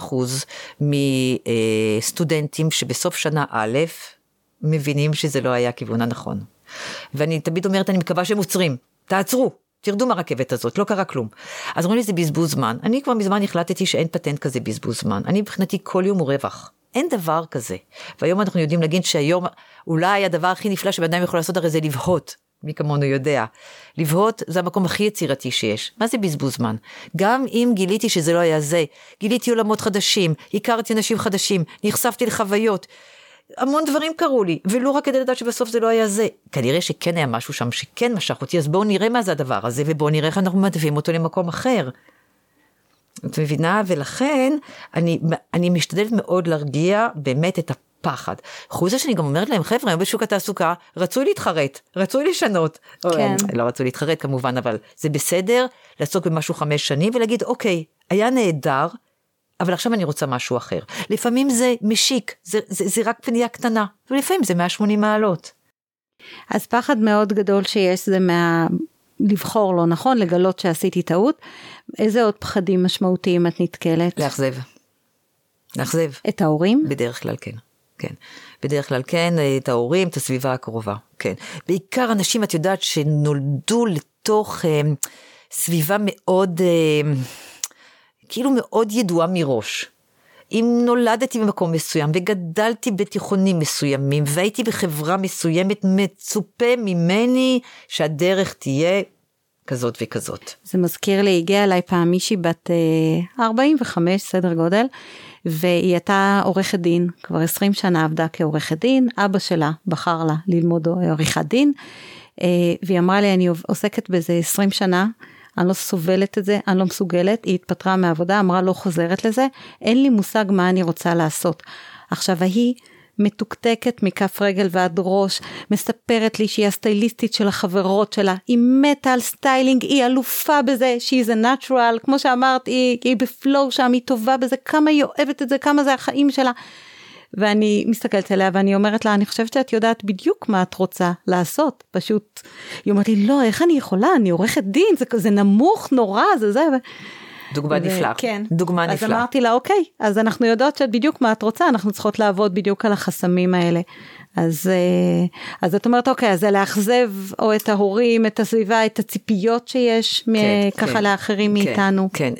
[SPEAKER 2] 30% מסטודנטים שבסוף שנה א', מבינים שזה לא היה כיוון הנכון. ואני תמיד אומרת, אני מקווה שהם עוצרים. תעצרו, תרדו מהרכבת הזאת, לא קרה כלום. אז אומרים לי, זה בזבוז זמן. אני כבר מזמן החלטתי שאין פטנט כזה בזבוז זמן. אני מבחינתי כל יום הוא רווח. אין דבר כזה. והיום אנחנו יודעים להגיד שהיום אולי הדבר הכי נפלא שבאדם יכול לעשות הרי זה לבהות. מי כמונו יודע. לבהות זה המקום הכי יצירתי שיש. מה זה בזבוז זמן? גם אם גיליתי שזה לא היה זה, גיליתי עולמות חדשים, הכרתי אנשים חדשים, נחשפתי לחוויות, המון דברים קרו לי, ולא רק כדי לדעת שבסוף זה לא היה זה. כנראה שכן היה משהו שם שכן משך אותי, אז בואו נראה מה זה הדבר הזה, ובואו נראה איך אנחנו מדווים אותו למקום אחר. את מבינה? ולכן אני משתדלת מאוד להרגיע באמת את הפחד. חוץ זה שאני גם אומרת להם, חבר'ה, היום בשוק התעסוקה, רצוי להתחרט, רצוי לשנות. כן. לא רצוי להתחרט כמובן, אבל זה בסדר לעסוק במשהו 5 שנים, ולהגיד, אוקיי, היה נהדר, אבל עכשיו אני רוצה משהו אחר. לפעמים זה משיק, זה רק פנייה קטנה, ולפעמים זה 180 מעלות.
[SPEAKER 1] אז פחד מאוד גדול שיש זה לבחור לא נכון, לגלות שעשיתי טעות. איזה עוד פחדים משמעותיים את נתקלת?
[SPEAKER 2] לאכזב.
[SPEAKER 1] את ההורים?
[SPEAKER 2] בדרך כלל כן. כן. בדרך כלל כן, את ההורים, את הסביבה הקרובה. כן. בעיקר אנשים, את יודעת, שנולדו לתוך סביבה מאוד, כאילו מאוד ידועה מראש. אם נולדתי במקום מסוים וגדלתי בתיכונים מסוימים והייתי בחברה מסוימת, מצופה ממני שהדרך תהיה כזאת וכזאת.
[SPEAKER 1] זה מזכיר לי, הגיעה אליי פעם מישהי בת 45 סדר גודל, והיא הייתה עורכת דין, כבר 20 שנה עבדה כעורכת דין, אבא שלה בחר לה ללמוד עריכת דין, והיא אמרה לי, אני עוסקת בזה 20 שנה, אני לא סובלת את זה, אני לא מסוגלת, היא התפטרה מהעבודה, אמרה לא חוזרת לזה, אין לי מושג מה אני רוצה לעשות. עכשיו היא מתוקתקת מכף רגל ועד ראש, מספרת לי שהיא הסטייליסטית של החברות שלה, היא מתה על סטיילינג, היא אלופה בזה, שהיא זה נטרל, כמו שאמרת, היא בפלואו שם, היא טובה בזה, כמה היא אוהבת את זה, כמה זה החיים שלה, ואני מסתכלת עליה ואני אומרת לה, אני חושבת שאת יודעת בדיוק מה את רוצה לעשות, פשוט, היא אומרת לי, לא, איך אני יכולה, אני עורכת דין, זה נמוך נורא, זה.
[SPEAKER 2] דוגמה נפלאה.
[SPEAKER 1] כן.
[SPEAKER 2] דוגמה נפלאה.
[SPEAKER 1] אז אמרתי לה, אוקיי, אז אנחנו יודעות שאת בדיוק מה את רוצה, אנחנו צריכות לעבוד בדיוק על החסמים האלה. אז את אומרת, אוקיי, אז זה לאכזב או את ההורים, את הסביבה, את הציפיות שיש ככה לאחרים מאיתנו.
[SPEAKER 2] כן,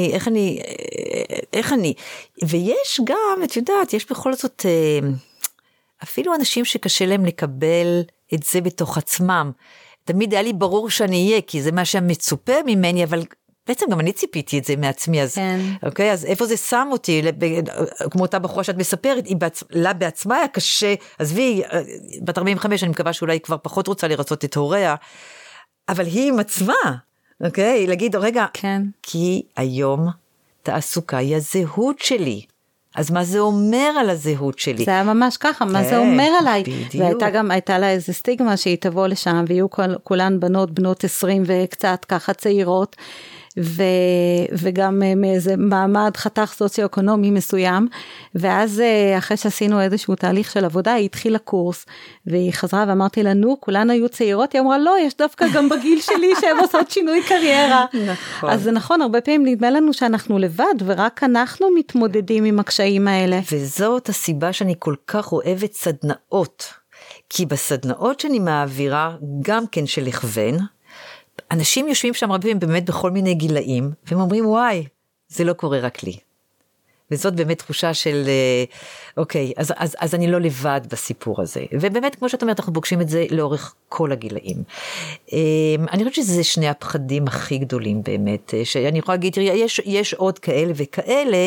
[SPEAKER 2] איך אני, ויש גם, את יודעת, יש בכל זאת, אפילו אנשים שקשה להם לקבל את זה בתוך עצמם. תמיד היה לי ברור שאני אהיה, כי זה מה שמצופה ממני, אבל בעצם גם אני ציפיתי את זה מעצמי, אז, אוקיי, אז איפה זה שם אותי, כמו אותה בחורה שאת מספרת, לה בעצמה היה קשה, אז והיא, בת 45, אני מקווה שאולי כבר פחות רוצה לרצות את הוריה, אבל היא עם עצמה, אוקיי, להגיד, רגע, כי היום תעסוקה היא הזהות שלי, אז מה זה אומר על הזהות שלי?
[SPEAKER 1] זה היה ממש ככה, מה זה אומר עליי? והייתה לה איזה סטיגמה שהיא תבוא לשם, ויהיו כולן בנות 20 וקצת ככה צעירות, וגם מאיזה מעמד חתך סוציו-אקונומי מסוים, ואז אחרי שעשינו איזשהו תהליך של עבודה, היא התחילה קורס, והיא חזרה ואמרתי לנו, כולן היו צעירות, היא אמרה, לא, יש דווקא גם בגיל שלי שהן עושות שינוי קריירה. נכון. אז זה נכון, הרבה פעמים נדמה לנו שאנחנו לבד, ורק אנחנו מתמודדים עם הקשיים האלה.
[SPEAKER 2] וזאת הסיבה שאני כל כך אוהבת סדנאות, כי בסדנאות שאני מעבירה, גם כן של הכוון, אנשים יושבים שם רבים באמת בכל מיני גילאים, והם אומרים, וואי, זה לא קורה רק לי. וזאת באמת תחושה של, אוקיי, אז אני לא לבד בסיפור הזה. ובאמת, כמו שאת אומרת, אנחנו פוגשים את זה לאורך כל הגילאים. אני חושבת שזה שני הפחדים הכי גדולים באמת, שאני יכולה להגיד, תראי, יש עוד כאלה וכאלה.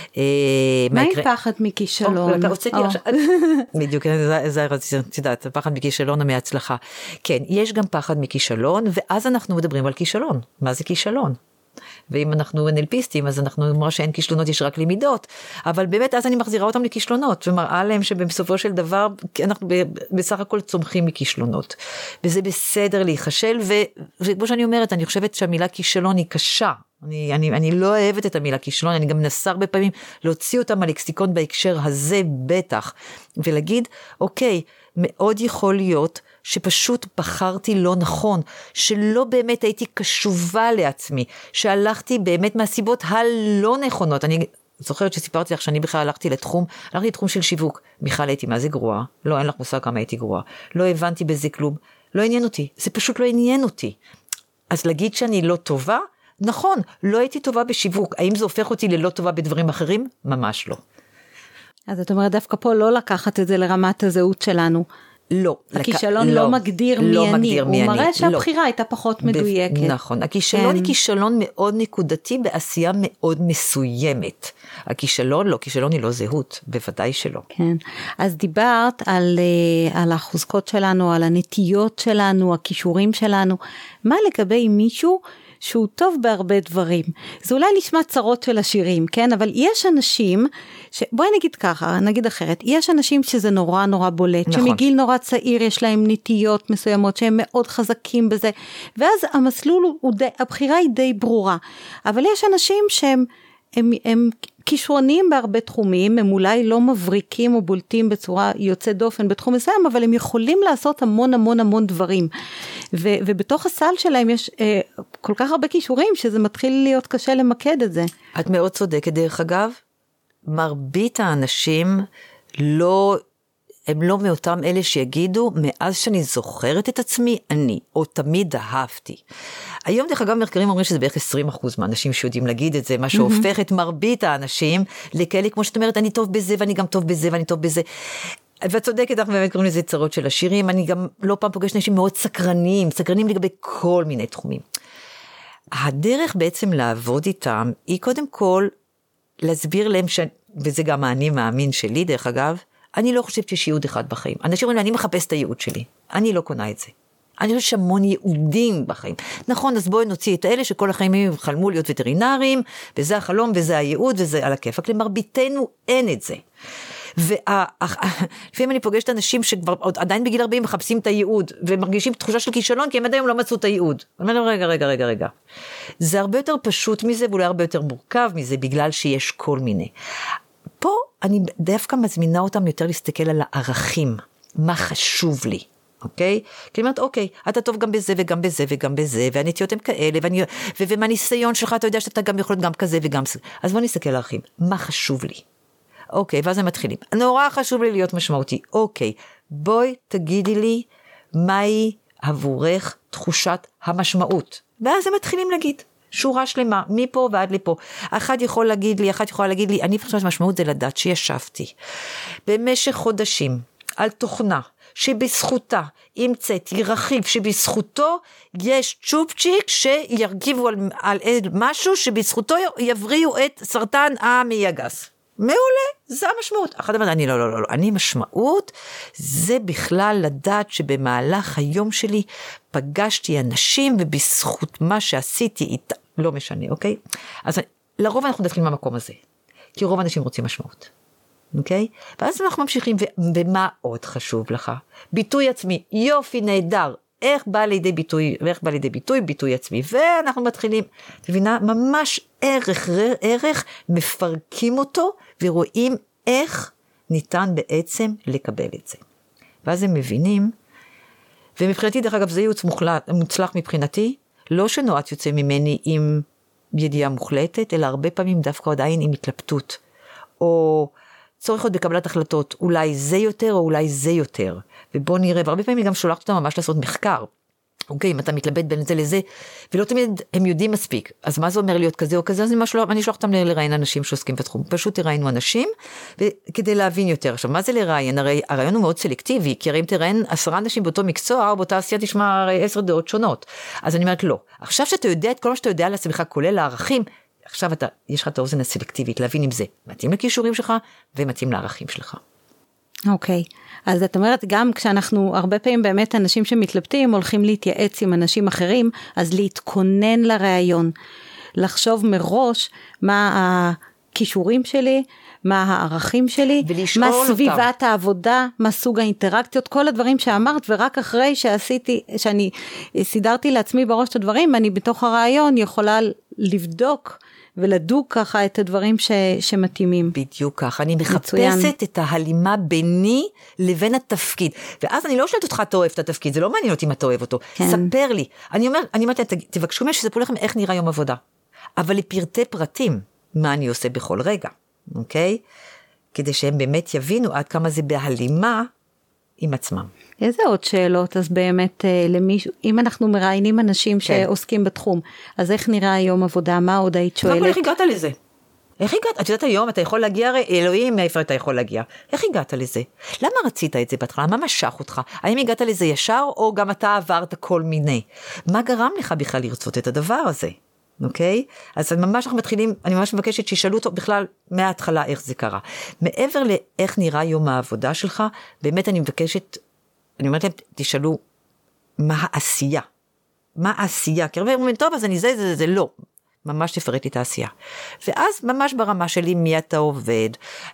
[SPEAKER 1] מה עם פחד מכישלון?
[SPEAKER 2] בדיוק, זה רציתי, תדעת, פחד מכישלון מהצלחה. כן, יש גם פחד מכישלון, ואז אנחנו מדברים על כישלון. מה זה כישלון? ואם אנחנו נלפיסטים, אז אנחנו אומר שאין כישלונות, יש רק לימידות, אבל באמת אז אני מחזירה אותם לכישלונות, ומראה להם שבסופו של דבר, אנחנו בסך הכל צומחים מכישלונות, וזה בסדר להיחשל, וכמו שאני אומרת, אני חושבת שהמילה כישלון היא קשה, אני לא אוהבת את המילה כישלון, אני גם מנסה הרבה פעמים להוציא אותם מהלקסיקון בהקשר הזה בטח, ולהגיד, אוקיי, מאוד יכול להיות שפשוט בחרתי לא נכון, שלא באמת הייתי קשובה לעצמי, שהלכתי באמת מהסיבות הלא נכונות. אני זוכרת שסיפרתי לך שאני בכלל הלכתי לתחום של שיווק. בכלל הייתי מה זה גרועה, לא, אין לך מושג כמה הייתי גרועה, לא הבנתי בזה כלום, לא עניין אותי, זה פשוט לא עניין אותי. אז להגיד שאני לא טובה, נכון, לא הייתי טובה בשיווק, האם זה הופך אותי ללא טובה בדברים אחרים? ממש לא.
[SPEAKER 1] אז את אומרת דווקא פה לא לקחת את זה לרמת הזהות שלנו.
[SPEAKER 2] לא.
[SPEAKER 1] הכישלון לא מגדיר מי אני, הוא מראה שהבחירה הייתה פחות מדויקת.
[SPEAKER 2] נכון, הכישלון היא כישלון מאוד נקודתי בעשייה מאוד מסוימת. הכישלון היא לא זהות, בוודאי שלא.
[SPEAKER 1] כן, אז דיברת על החוזקות שלנו, על הנטיות שלנו, הכישורים שלנו, מה לגבי מישהו שהוא טוב בהרבה דברים. זה אולי נשמע צרות של השירים, כן? אבל יש אנשים, בואי נגיד ככה, נגיד אחרת, יש אנשים שזה נורא נורא בולט, נכון. שמגיל נורא צעיר יש להם נטיות מסוימות, שהם מאוד חזקים בזה, ואז המסלול הבחירה היא די ברורה. אבל יש אנשים שהם הם כישרוניים בהרבה תחומים, הם אולי לא מבריקים או בולטים בצורה יוצאת דופן בתחום מסוים, אבל הם יכולים לעשות המון המון המון דברים. ובתוך הסל שלהם יש כל כך הרבה כישורים, שזה מתחיל להיות קשה למקד את זה.
[SPEAKER 2] את מאוד צודקת, דרך אגב, מרבית האנשים הם לא מאותם אלה שיגידו, מאז שאני זוכרת את עצמי, או תמיד אהבתי. היום דרך אגב מחקרים אומרים שזה בערך 20% מהאנשים שיודעים להגיד את זה, מה שהופך את מרבית האנשים לכאלה, כמו שאת אומרת, אני טוב בזה, ואני גם טוב בזה, ואני טוב בזה. ואת צודקת, אנחנו באמת קוראים לזה צרות של השירים, אני גם לא פעם פוגשת אנשים מאוד סקרנים לגבי כל מיני תחומים. הדרך בעצם לעבוד איתם, היא קודם כל להסביר להם, וזה גם האני מאמין שלי דרך אגב, אני לא חושבת שיש ייעוד אחד בחיים. אנשים אומרים, אני מחפש את הייעוד שלי. אני לא קונה את זה. אני חושבת שהמון ייעודים בחיים. נכון, אז בואי נוציא את האלה שכל החיים הם חלמו להיות וטרינרים, וזה החלום וזה הייעוד וזה על הכיף. למרביתנו אין את זה. לפעמים אני פוגשת אנשים שכבר עדיין בגיל 40 מחפשים את הייעוד, ומרגישים תחושה של כישלון, כי הם עד היום לא מצאו את הייעוד. אני אומר, רגע. זה הרבה יותר פשוט מזה, ואולי הרבה יותר מורכב מזה, בגלל שיש כל מיני. פה אני דווקא מזמינה אותם יותר להסתכל על הערכים, מה חשוב לי, אוקיי? כי אני אומרת, אוקיי, אתה טוב גם בזה וגם בזה וגם בזה, והנטיות הן כאלה, ומהניסיון שלך אתה יודע שאתה גם יכול להיות גם כזה וגם זה. אז בוא נסתכל על הערכים, מה חשוב לי? אוקיי, ואז הם מתחילים. נורא חשוב לי להיות משמעותי. אוקיי, בואי תגידי לי, מהי עבורך תחושת המשמעות? ואז הם מתחילים להגיד. שורה שלמה, מפה ועד לפה. אחד יכול להגיד לי, אני חושבת משמעות זה לדעת שישבתי במשך חודשים על תוכנה שבזכותה המצאתי רכיב שבזכותו יש צ'ופצ'יק שירכיבו על משהו שבזכותו יבריאו את סרטן המעי הגס. מעולה, זה המשמעות. אחד אמר, אני לא, אני משמעות, זה בכלל לדעת שבמהלך היום שלי פגשתי אנשים, ובזכות מה שעשיתי איתה, לא משנה, אוקיי? אז לרוב אנחנו דווקא מהמקום הזה, כי רוב האנשים רוצים משמעות, אוקיי? ואז אנחנו ממשיכים, ומה עוד חשוב לך? ביטוי עצמי, יופי נהדר, איך בא לידי ביטוי, ביטוי עצמי, ואנחנו מתחילים, תבינה, ממש ערך, מפרקים אותו, ורואים איך ניתן בעצם לקבל את זה. ואז הם מבינים, ומבחינתי דרך אגב זה ייעוץ מוצלח מבחינתי, לא שנועץ יוצא ממני עם ידיעה מוחלטת, אלא הרבה פעמים דווקא עדיין עם התלבטות, או צורך עוד בקבלת החלטות, אולי זה יותר או אולי זה יותר, ובוא נראה, והרבה פעמים גם שולחת אותם ממש לעשות מחקר, אוקיי, אם אתה מתלבט בין זה לזה, ולא תמיד הם יודעים מספיק, אז מה זה אומר להיות כזה או כזה, אז אני אשלח אותם לראיין אנשים שעוסקים בתחום, פשוט תראיינו אנשים, כדי להבין יותר. עכשיו, מה זה לראיין? הרי הרעיון הוא מאוד סלקטיבי, כי הרי אם תראיין 10 אנשים באותו מקצוע, או באותה עשייה תשמע 10 דעות שונות, אז אני אומרת לא, עכשיו שאתה יודע את כל מה שאתה יודע על עצמך, כולל הערכים, עכשיו יש לך את האוזן הסלקטיבית, להבין אם זה מתאים לכישורים שלך, ומתאים לערכים שלך.
[SPEAKER 1] אוקיי, אז את אומרת, גם כשאנחנו הרבה פעמים באמת אנשים שמתלבטים, הולכים להתייעץ עם אנשים אחרים, אז להתכונן לראיון, לחשוב מראש מה הכישורים שלי, מה הערכים שלי, מה סביבת העבודה, מה סוג האינטראקציות, כל הדברים שאמרת, ורק אחרי שאני סידרתי לעצמי בראש את הדברים, אני בתוך הראיון יכולה לבדוק, ולדוק ככה את הדברים שמתאימים.
[SPEAKER 2] בדיוק ככה, אני מחפשת את ההלימה ביני לבין התפקיד, ואז אני לא שואלת אותך, אתה אוהב את התפקיד, זה לא מעניין אותי אם אתה אוהב אותו, ספר לי, אני אומרת, תבקשו ממני שספרו לכם איך נראה יום עבודה, אבל לפרטי פרטים, מה אני עושה בכל רגע, אוקיי? כדי שהם באמת יבינו עד כמה זה בהלימה עם עצמם.
[SPEAKER 1] איזה עוד שאלות, אז באמת, אם אנחנו מראיינים אנשים שעוסקים בתחום, אז איך נראה יום עבודה, מה עוד היית שואלת?
[SPEAKER 2] איך הגעת לזה? איך הגעת? את יודעת היום, אתה יכול להגיע, אלוהים, מאיפה אתה יכול להגיע? איך הגעת לזה? למה רצית את זה בהתחלה? מה משך אותך? האם הגעת לזה ישר, או גם אתה עברת כל מיני? מה גרם לך בכלל לרצות את הדבר הזה? אוקיי? אז ממש אנחנו מתחילים, אני ממש מבקשת שישאלו אותו בכלל מההתחלה איך זה קרה. מעבר לאיך נראה יום העבודה שלך, באמת אני מבקשת, אני אומרת להם, תשאלו, מה העשייה? מה העשייה? כי הרבה אומרים, טוב, אז אני זה, לא. ממש תפרט לי את העשייה. ואז ממש ברמה שלי, מי אתה עובד,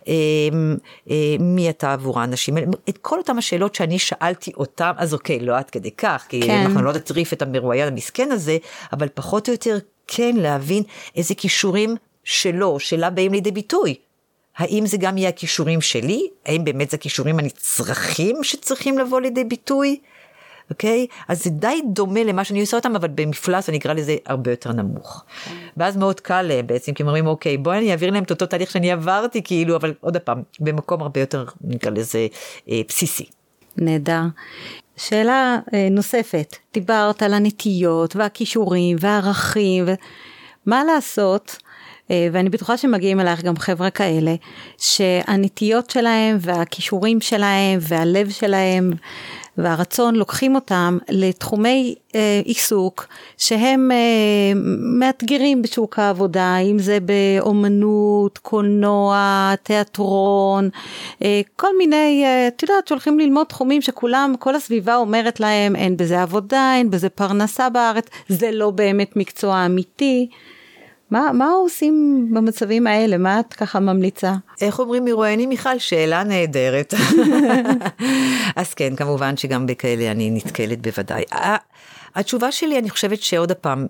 [SPEAKER 2] מי אתה עבור האנשים, את כל אותם השאלות שאני שאלתי אותם, אז אוקיי, לא עד כדי כך, כי אנחנו לא נטריף את המרואיין המסכן הזה, אבל פחות או יותר כן להבין איזה כישורים שלו, שלה באים לידי ביטוי. האם זה גם יהיה הכישורים שלי? האם באמת זה הכישורים הנצרכים שצריכים לבוא לידי ביטוי? אוקיי? אז זה די דומה למה שאני עושה אותם, אבל במפלס אני אקרא לזה הרבה יותר נמוך. ואז מאוד קל בעצם, כי אומרים, אוקיי, בואי אני אעביר להם את אותו תהליך שאני עברתי, כאילו, אבל עוד הפעם, במקום הרבה יותר, נקרא לזה, בסיסי.
[SPEAKER 1] נהדר. שאלה נוספת, דיברת על הנטיות והכישורים והערכים, מה לעשות, ואני בטוחה שמגיעים אלייך גם חבר'ה כאלה, שהנטיות שלהם והכישורים שלהם והלב שלהם והרצון לוקחים אותם לתחומי עיסוק שהם מאתגרים בשוק העבודה, אם זה באומנות, קולנוע, תיאטרון, כל מיני, את יודעת, שהולכים ללמוד תחומים שכולם, כל הסביבה אומרת להם, אין בזה עבודה, אין בזה פרנסה בארץ, זה לא באמת מקצוע אמיתי. מה עושים במצבים האלה? מה את ככה ממליצה?
[SPEAKER 2] איך אומרים מרואיינים מיכל? שאלה נהדרת. אז כן, כמובן שגם בכאלה אני נתקלת בוודאי. התשובה שלי, אני חושבת שעוד הפעם,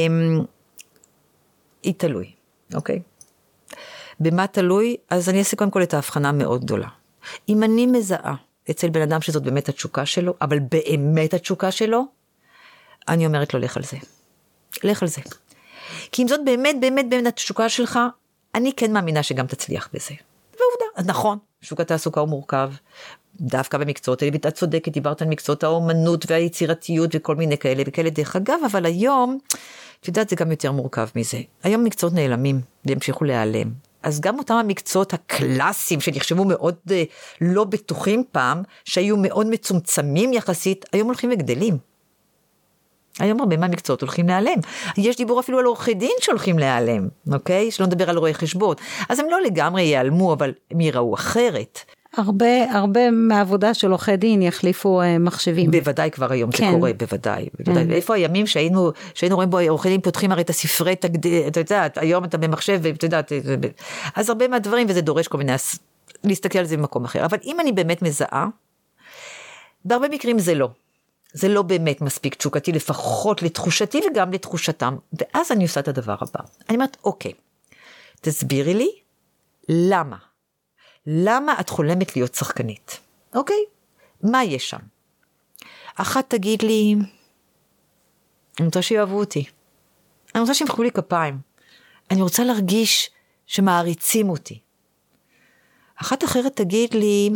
[SPEAKER 2] היא תלוי, אוקיי? במה תלוי? אז אני אעשה קודם כל את ההבחנה מאוד גדולה. אם אני מזהה אצל בן אדם שזאת באמת התשוקה שלו, אבל באמת התשוקה שלו, אני אומרת לו, לך על זה. לך על זה. כי אם זאת באמת התשוקה שלך, אני כן מאמינה שגם תצליח בזה. ועובדה, אז נכון, שוק התעסוקה הוא מורכב, דווקא במקצועות האלה, ואת צודקת, דיברת על מקצועות האומנות והיצירתיות וכל מיני כאלה וכאלה דרך אגב, אבל היום, את יודעת, זה גם יותר מורכב מזה. היום מקצועות נעלמים, והמשיכו להיעלם. אז גם אותם המקצועות הקלאסיים, שנחשבו מאוד לא בטוחים פעם, שהיו מאוד מצומצמים יחסית, היום הולכים וגדלים. היום הרבה מהמקצועות הולכים להיעלם. יש דיבור אפילו על עורכי דין שהולכים להיעלם, אוקיי? שלא נדבר על רואי חשבון. אז הם לא לגמרי ייעלמו, אבל הם יראו אחרת.
[SPEAKER 1] הרבה מהעבודה של עורכי דין יחליפו מחשבים.
[SPEAKER 2] בוודאי כבר היום זה קורה, בוודאי. איפה הימים שהיינו רואים בו, עורכי דין פותחים הרי את הספרי, אתה יודעת, היום אתה במחשב, ואתה יודעת, אז הרבה מהדברים, וזה דורש כל מיני, להסתכל על זה במקום אחר. אבל אם אני באמת מזהה, בהרבה מקרים זה לא. זה לא באמת מספיק תשוקתי, לפחות לתחושתי וגם לתחושתם. ואז אני עושה את הדבר הבא. אני אומרת, אוקיי, תסבירי לי, למה? למה את חולמת להיות שחקנית? אוקיי? מה יש שם? אחת תגיד לי, אני רוצה שיאהבו אותי. אני רוצה שימחאו לי כפיים. אני רוצה להרגיש שמעריצים אותי. אחת אחרת תגיד לי,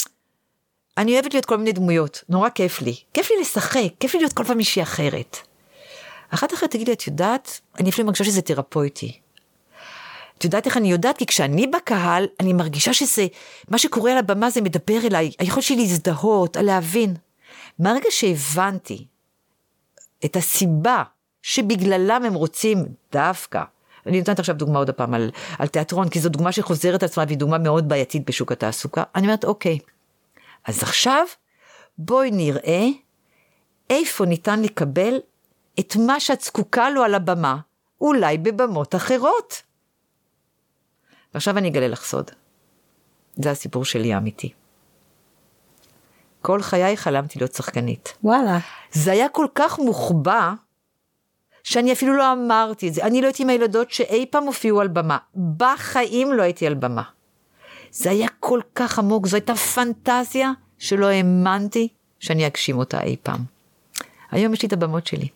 [SPEAKER 2] אני אוהבת להיות כל מיני דמויות, נורא כיף לי. כיף לי לשחק, כיף לי להיות כל פעם מישהי אחרת. אחת אחרת תגיד לי, את יודעת, אני אפילו מרגישה שזה תרפויטי. את יודעת איך אני יודעת? כי כשאני בקהל, אני מרגישה שזה, מה שקורה על הבמה זה מדבר אליי, היכולת שלי להזדהות, להבין. מהרגע שהבנתי את הסיבה שבגללם הם רוצים דווקא, אני נותנת עכשיו דוגמה עוד הפעם על תיאטרון, כי זו דוגמה שחוזרת עצמה, והיא דוגמה מאוד בעייתית בשוק התעסוקה. אני אומרת, אוקיי, אז עכשיו בואי נראה איפה ניתן לקבל את מה שאת זקוקה לו על הבמה, אולי בבמות אחרות. ועכשיו אני אגלה לך סוד. זה הסיפור שלי האמיתי. כל חיי חלמתי להיות שחקנית.
[SPEAKER 1] וואלה.
[SPEAKER 2] זה היה כל כך מוחבא, שאני אפילו לא אמרתי את זה. אני לא הייתי מהילדות שאי פעם הופיעו על במה. בחיים לא הייתי על במה. זה היה כל כך עמוק, זו הייתה פנטזיה שלא האמנתי שאני אגשים אותה אי פעם. היום יש לי את הבמות שלי.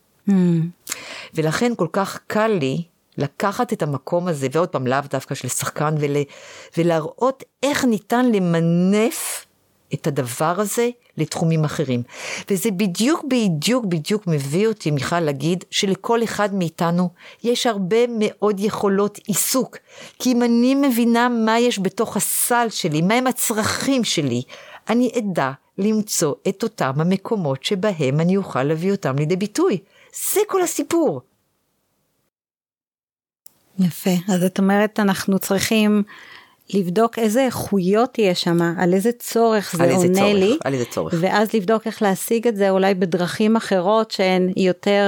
[SPEAKER 2] ולכן כל כך קל לי לקחת את המקום הזה, ועוד פעם לאו דווקא של שחקן, ולהראות איך ניתן למנף את הדבר הזה לתחומים אחרים. וזה בדיוק מביא אותי, מיכל, להגיד שלכל אחד מאיתנו יש הרבה מאוד יכולות עיסוק. כי אם אני מבינה מה יש בתוך הסל שלי, מה הם הצרכים שלי, אני אדע למצוא את אותם המקומות שבהם אני אוכל להביא אותם לידי ביטוי. זה כל הסיפור.
[SPEAKER 1] יפה, אז את אומרת, אנחנו צריכים לבדוק איזה איכויות יש שם, על איזה צורך זה עונה לי,
[SPEAKER 2] על איזה צורך.
[SPEAKER 1] ואז לבדוק איך להשיג את זה, אולי בדרכים אחרות שהן יותר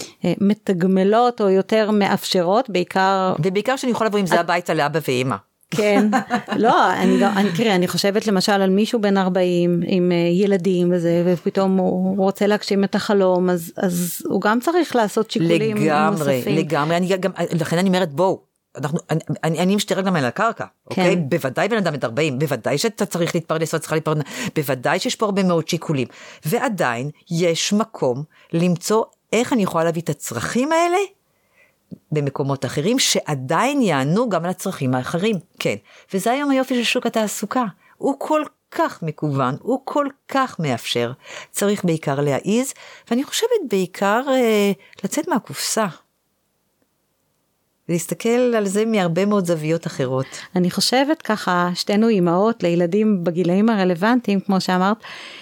[SPEAKER 1] מתגמלות או יותר מאפשרות, בעיקר...
[SPEAKER 2] ובעיקר שאני יכולה לבוא עם זה הביתה לאבא ואמא.
[SPEAKER 1] כן, תראי, אני חושבת למשל על מישהו בן 40 עם ילדים וזה, ופתאום הוא רוצה להגשים את החלום, אז הוא גם צריך לעשות שיקולים נוספים.
[SPEAKER 2] לגמרי, לכן אני אומרת, בואו, אני משתרק גם על הקרקע, אוקיי? בוודאי בן אדם את 40, בוודאי שאתה צריך להתפרנס, בוודאי שיש פה הרבה מאוד שיקולים, ועדיין יש מקום למצוא איך אני יכולה להביא את הצרכים האלה, במקומות אחרים, שעדיין יענו גם על הצרכים האחרים, כן. וזה היום היופי של שוק התעסוקה, הוא כל כך מקוון, הוא כל כך מאפשר, צריך בעיקר להעיז, ואני חושבת בעיקר לצאת מהקופסה, להסתכל על זה מהרבה מאוד זוויות אחרות.
[SPEAKER 1] אני חושבת ככה, שתינו אימהות לילדים בגילאים הרלוונטיים, כמו שאמרת,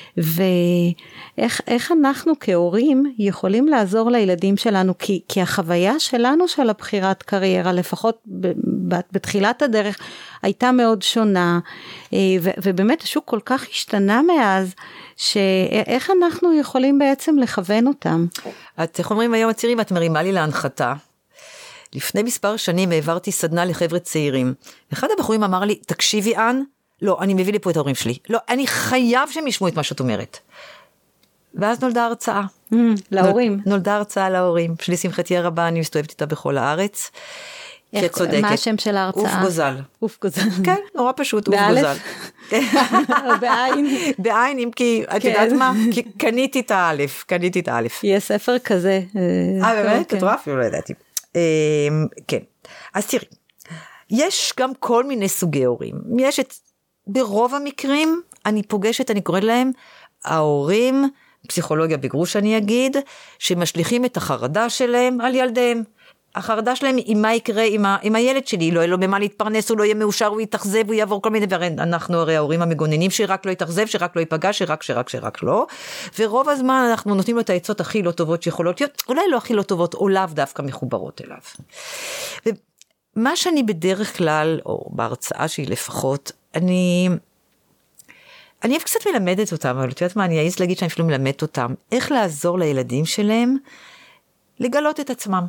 [SPEAKER 1] ואיך אנחנו כהורים יכולים לעזור לילדים שלנו, כי החוויה שלנו של הבחירת קריירה, לפחות בתחילת הדרך, הייתה מאוד שונה, ובאמת השוק כל כך השתנה מאז, שאיך אנחנו יכולים בעצם לכוון אותם.
[SPEAKER 2] איך אומרים היום הצעירים, את מרימה לי להנחתה, לפני מספר שנים העברתי סדנה לחבר'ה צעירים. אחד הבחורים אמר לי, תקשיבי אן, לא, אני מביא לי פה את ההורים שלי. לא, אני חייב שהם ישמעו את מה שאת אומרת. ואז נולדה הרצאה.
[SPEAKER 1] להורים.
[SPEAKER 2] נולדה הרצאה להורים. שלשמחתי הרבה, אני מסתובבת איתה בכל הארץ.
[SPEAKER 1] מה השם של ההרצאה?
[SPEAKER 2] אוף גוזל.
[SPEAKER 1] אוף גוזל.
[SPEAKER 2] כן, נורא פשוט, אוף גוזל.
[SPEAKER 1] בעין.
[SPEAKER 2] בעין, אם כי, את יודעת מה? כי קניתי את האלף.
[SPEAKER 1] יהיה ספר כזה.
[SPEAKER 2] באמת? את רואה? אפילו לא ידעתי. כן, אז תראי, יש גם כל מיני סוגי הורים, ברוב המקרים, אני פוגשת, אני קוראת להם, ההורים, פסיכולוגיה בגרוש אני אגיד, שמשליכים את החרדה שלהם על ילדיהם, החרדה שלהם היא מה יקרה עם הילד שלי, לא יהיה לו במה להתפרנס, הוא לא יהיה מאושר, הוא יתאכזב, הוא יעבור כל מיני דברים, אנחנו הרי ההורים המגוננים שרק לא יתאכזב, שרק לא ייפגע, שרק לא, ורוב הזמן אנחנו נותנים לו את העצות הכי לא טובות שיכולות להיות, אולי לא הכי לא טובות, או לאו דווקא מחוברות אליו. ומה שאני בדרך כלל, או בהרצאה שלי לפחות, אני קצת מלמדת אותם, אבל את יודעת מה, אני אעיז להגיד שאני אפילו מלמדת אותם, איך לעזור לילדים שלהם לגלות את עצמם.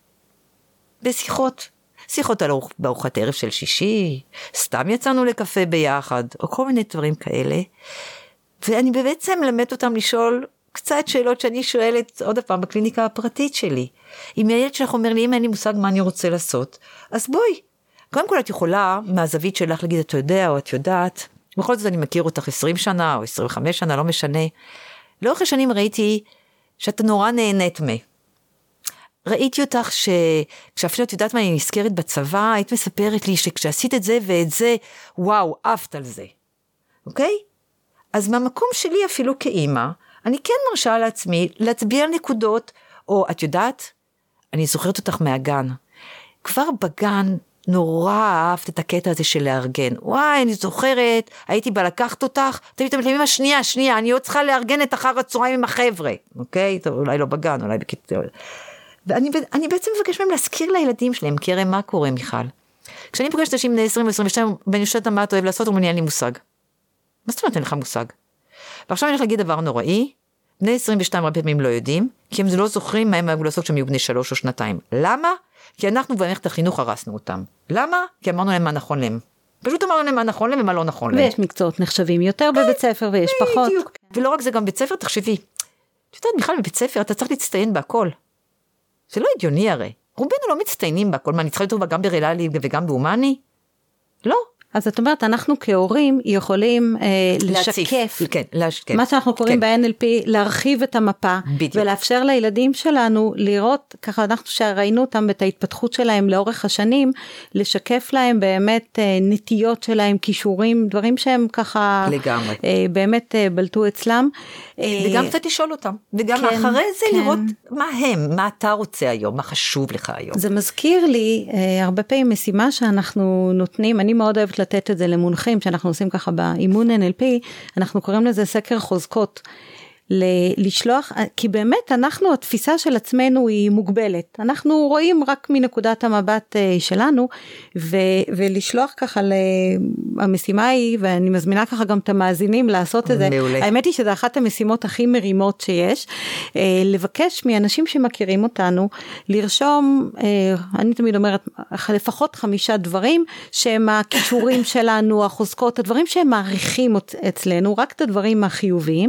[SPEAKER 2] שיחות על בארוחת ערב של שישי, סתם יצאנו לקפה ביחד, או כל מיני דברים כאלה, ואני בעצם מלמד אותם לשאול קצת שאלות שאני שואלת עוד פעם בקליניקה הפרטית שלי. אם הילד שלך אומר לי, אם אין לי מושג מה אני רוצה לעשות, אז בואי. קודם כל את יכולה מהזווית שלך להגיד, את יודע או את יודעת, בכל זאת אני מכיר אותך 20 שנה או 25 שנה, לא משנה. לאורך השנים ראיתי שאתה נורא נהנית ראיתי אותך כשאפילו את יודעת מה אני נזכרת בצבא, היית מספרת לי שכשעשית את זה ואת זה, וואו, אהבת על זה. אוקיי? אז מהמקום שלי אפילו כאימא, אני כן מרשה לעצמי להצביע על נקודות, או את יודעת, אני זוכרת אותך מהגן. כבר בגן נורא אהבת את הקטע הזה של לארגן. וואי, אני זוכרת, הייתי בא לקחת אותך, תמיד אמא, שנייה, אני עוד צריכה לארגן את אחר הצהריים עם החבר'ה. אוקיי? טוב, אולי לא בגן, אולי בכיתה. ואני בעצם מבקש מהם להזכיר לילדים שלהם, כי הרי מה קורה מיכל? כשאני פוגשת אנשים בני 20 ו-22, ואני שואלת מה אתה אוהב לעשות, הוא מניע לי מושג. מה זאת אומרת אין לך מושג? ועכשיו אני הולך להגיד דבר נוראי, בני 22 הרבה פעמים לא יודעים, כי הם לא זוכרים מה הם אוהבו לעשות כשהם יהיו בני 3 או 2. למה? כי אנחנו במערכת החינוך הרסנו אותם. למה? כי אמרנו להם מה נכון להם. פשוט אמרנו להם מה נכון להם ומה לא נכון להם.
[SPEAKER 1] ויש מקצועות נחשבים יותר בבית ספר ויש פחות.
[SPEAKER 2] ולא רק זה, גם בית ספר, תחשבי. את יודעת, בכלל בבית ספר אתה צריך להצטיין בהכל. זה לא הגיוני הרי. רובנו לא מצטיינים בהכל. מה, אני צריכה לטוב גם בריאלי וגם בהומני? לא.
[SPEAKER 1] אז את אומרת, אנחנו כהורים יכולים לשקף, מה שאנחנו קוראים ב-NLP, להרחיב את המפה, ולאפשר לילדים שלנו לראות, ככה אנחנו שראינו אותם את ההתפתחות שלהם לאורך השנים, לשקף להם באמת נטיות שלהם, כישורים, דברים שהם ככה,
[SPEAKER 2] לגמרי.
[SPEAKER 1] באמת בלטו אצלם.
[SPEAKER 2] וגם קצת לשאול אותם, וגם אחרי זה לראות מה הם, מה אתה רוצה היום, מה חשוב לך היום.
[SPEAKER 1] זה מזכיר לי, הרבה פעמים משימה שאנחנו נותנים, אני מאוד אוהבת לתת את זה למונחים, שאנחנו עושים ככה באימון NLP, אנחנו קוראים לזה סקר חוזקות. לשלוח, כי באמת אנחנו, התפיסה של עצמנו היא מוגבלת, אנחנו רואים רק מנקודת המבט שלנו, ולשלוח ככה המשימה היא, ואני מזמינה ככה גם את המאזינים לעשות את זה, האמת היא שזה אחת המשימות הכי מרימות שיש, לבקש מאנשים שמכירים אותנו, לרשום, אני תמיד אומרת, לפחות 5 דברים, שהם הכישורים שלנו, החוזקות, הדברים שהם מעריכים אצלנו, רק את הדברים החיוביים,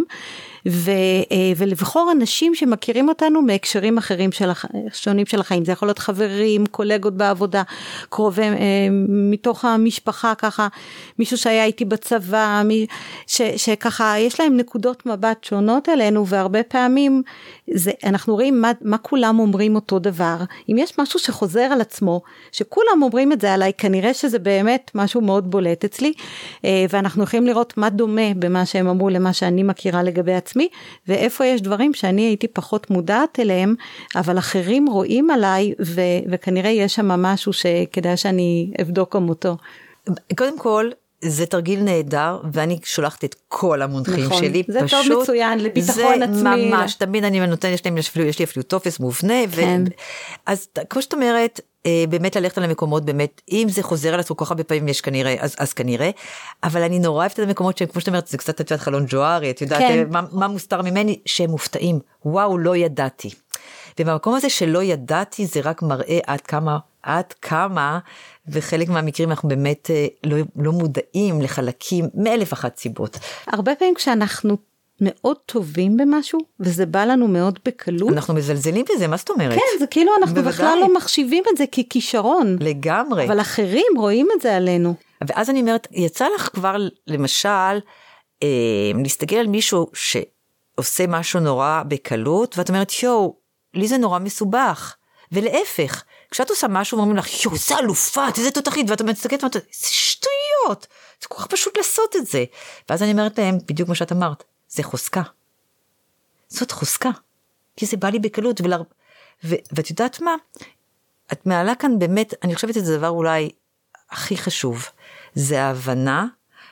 [SPEAKER 1] ולבחור אנשים שמכירים אותנו מהקשרים אחרים שונים של החיים, זה יכול להיות חברים, קולגות בעבודה, קרובי, מתוך המשפחה ככה, מישהו שהיה איתי בצבא, שככה יש להם נקודות מבט שונות עלינו, והרבה פעמים אנחנו רואים מה כולם אומרים אותו דבר, אם יש משהו שחוזר על עצמו, שכולם אומרים את זה עליי, כנראה שזה באמת משהו מאוד בולט אצלי, ואנחנו יכולים לראות מה דומה במה שהם אמרו למה שאני מכירה לגבי עצמי, ואיפה יש דברים שאני הייתי פחות מודעת אליהם, אבל אחרים רואים עליי, וכנראה יש שם משהו שכדאי שאני אבדוק גם אותו.
[SPEAKER 2] קודם כל, זה תרגיל נהדר, ואני שולחת את כל המונחים
[SPEAKER 1] נכון,
[SPEAKER 2] שלי,
[SPEAKER 1] זה
[SPEAKER 2] פשוט,
[SPEAKER 1] טוב מצוין, לביטחון עצמי. זה
[SPEAKER 2] ממש, תמיד אני נותן, יש לי אפילו טופס מובנה,
[SPEAKER 1] כן.
[SPEAKER 2] אז כמו שאת אומרת, באמת ללכת על המקומות, באמת, אם זה חוזר על עצמו כל כך הרבה פעמים יש כנראה, אז כנראה, אבל אני נורא אוהבת את המקומות שכמו שאת אומרת, זה קצת תצאת חלון ג'וארי, את יודעת,
[SPEAKER 1] כן.
[SPEAKER 2] מה מוסתר ממני, שהם מופתעים, וואו, לא ידעתי. ובמקום הזה שלא ידעתי, זה רק מראה עד כמה, וחלק מהמקרים אנחנו באמת לא מודעים לחלקים מאלף אחת סיבות.
[SPEAKER 1] הרבה פעמים כשאנחנו מאוד טובים במשהו, וזה בא לנו מאוד בקלות.
[SPEAKER 2] אנחנו מזלזלים בזה, מה זאת אומרת?
[SPEAKER 1] כן, זה כאילו אנחנו
[SPEAKER 2] בוודאי.
[SPEAKER 1] בכלל לא מחשיבים את זה ככישרון.
[SPEAKER 2] לגמרי.
[SPEAKER 1] אבל אחרים רואים את זה עלינו.
[SPEAKER 2] ואז אני אומרת, יצא לך כבר למשל, להסתכל על מישהו שעושה משהו נורא בקלות, ואת אומרת, לי זה נורא מסובך. ולהפך, כשאת עושה משהו, אומרים לך, זה אלופה, זה תותחית, ואת מסתכלת, זה שטויות, זה כל כך פשוט לעשות את זה. ואז אני אומרת להם, בדיוק מה שאת אמרת, זה חוזקה. זאת חוזקה. כי זה בא לי בקלות, ואת יודעת מה? את מעלה כאן באמת, אני חושבת שזה דבר אולי הכי חשוב, זה ההבנה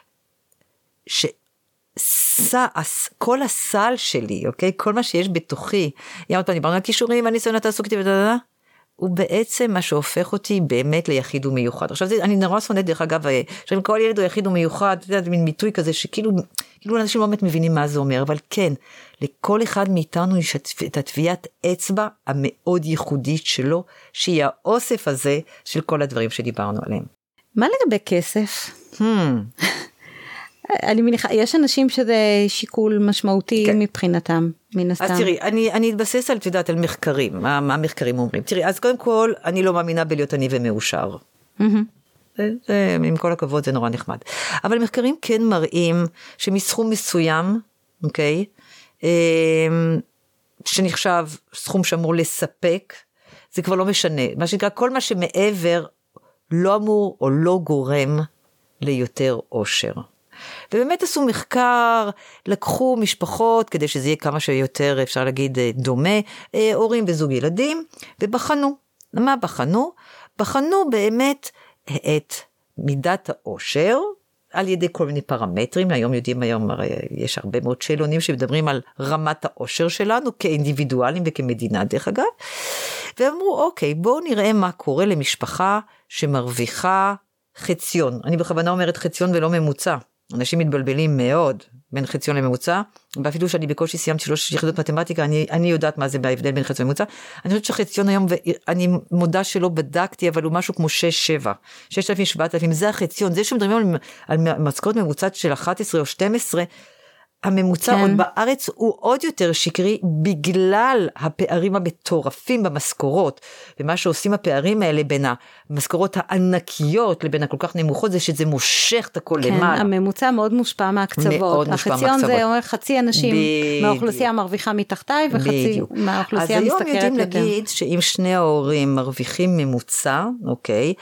[SPEAKER 2] כל הסל שלי, אוקיי? כל מה שיש בתוכי, יאמרת פעם, דיברנו על כישורים, הניסיון התעסוקתי, הוא בעצם מה שהופך אותי באמת ליחיד ומיוחד. עכשיו, אני נורא שונאת דרך אגב, עכשיו, כל ילד הוא יחיד ומיוחד, אתה יודע, מין מיתוי כזה, שכאילו אנשים לא באמת מבינים מה זה אומר, אבל כן, לכל אחד מאיתנו יש את הטביעת אצבע המאוד ייחודית שלו, שהיא האוסף הזה של כל הדברים שדיברנו עליהם.
[SPEAKER 1] מה לגבי כסף? אני מניחה, יש אנשים שזה שיקול משמעותי כן. מבחינתם, מן הסתם.
[SPEAKER 2] אז תראי, אני אתבסס על, תדעת, על מחקרים, מה המחקרים אומרים. תראי, אז קודם כל, אני לא מאמינה בלהיות עני ומאושר. עם כל הכבוד זה נורא נחמד. אבל מחקרים כן מראים שמסכום מסוים, אוקיי, שנחשב סכום שאמור לספק, זה כבר לא משנה. מה שנקרא, כל מה שמעבר לא אמור או לא גורם ליותר עושר. ובאמת עשו מחקר, לקחו משפחות, כדי שזה יהיה כמה שיותר, אפשר להגיד, דומה, הורים וזוג ילדים, ובחנו. מה בחנו? בחנו באמת את מידת העושר, על ידי כל מיני פרמטרים, היום יודעים, יש הרבה מאוד שאלונים שמדברים על רמת העושר שלנו, כאינדיבידואלים וכמדינה דרך אגב, ואמרו, אוקיי, בואו נראה מה קורה למשפחה שמרוויחה חציון. אני בכוונה אומרת חציון ולא ממוצע. אנשים מתבלבלים מאוד בין חציון לממוצע, ואפילו שאני בקושי סיימתי 3 יחידות מתמטיקה, אני יודעת מה זה בהבדל בין חציון לממוצע. אני חושבת שחציון היום, ואני מודה שלא בדקתי, אבל הוא משהו כמו 6-7, 6,000-7,000, זה החציון, זה שמדברים על משכורת ממוצעת של 11 או 12, הממוצע כן. עוד בארץ הוא עוד יותר שקרי, בגלל הפערים המטורפים במשכורות, ומה שעושים הפערים האלה בין המשכורות הענקיות לבין הכל כך נמוכות, זה שזה מושך את הכל
[SPEAKER 1] כן,
[SPEAKER 2] למעלה.
[SPEAKER 1] הממוצע מאוד מושפע מהקצוות. החציון זה אומר חצי אנשים מהאוכלוסייה מרוויחה מתחתיי, וחצי מהאוכלוסייה משתכרת יותר.
[SPEAKER 2] אז היום יודעים להגיד שאם שני ההורים מרוויחים ממוצע, אוקיי,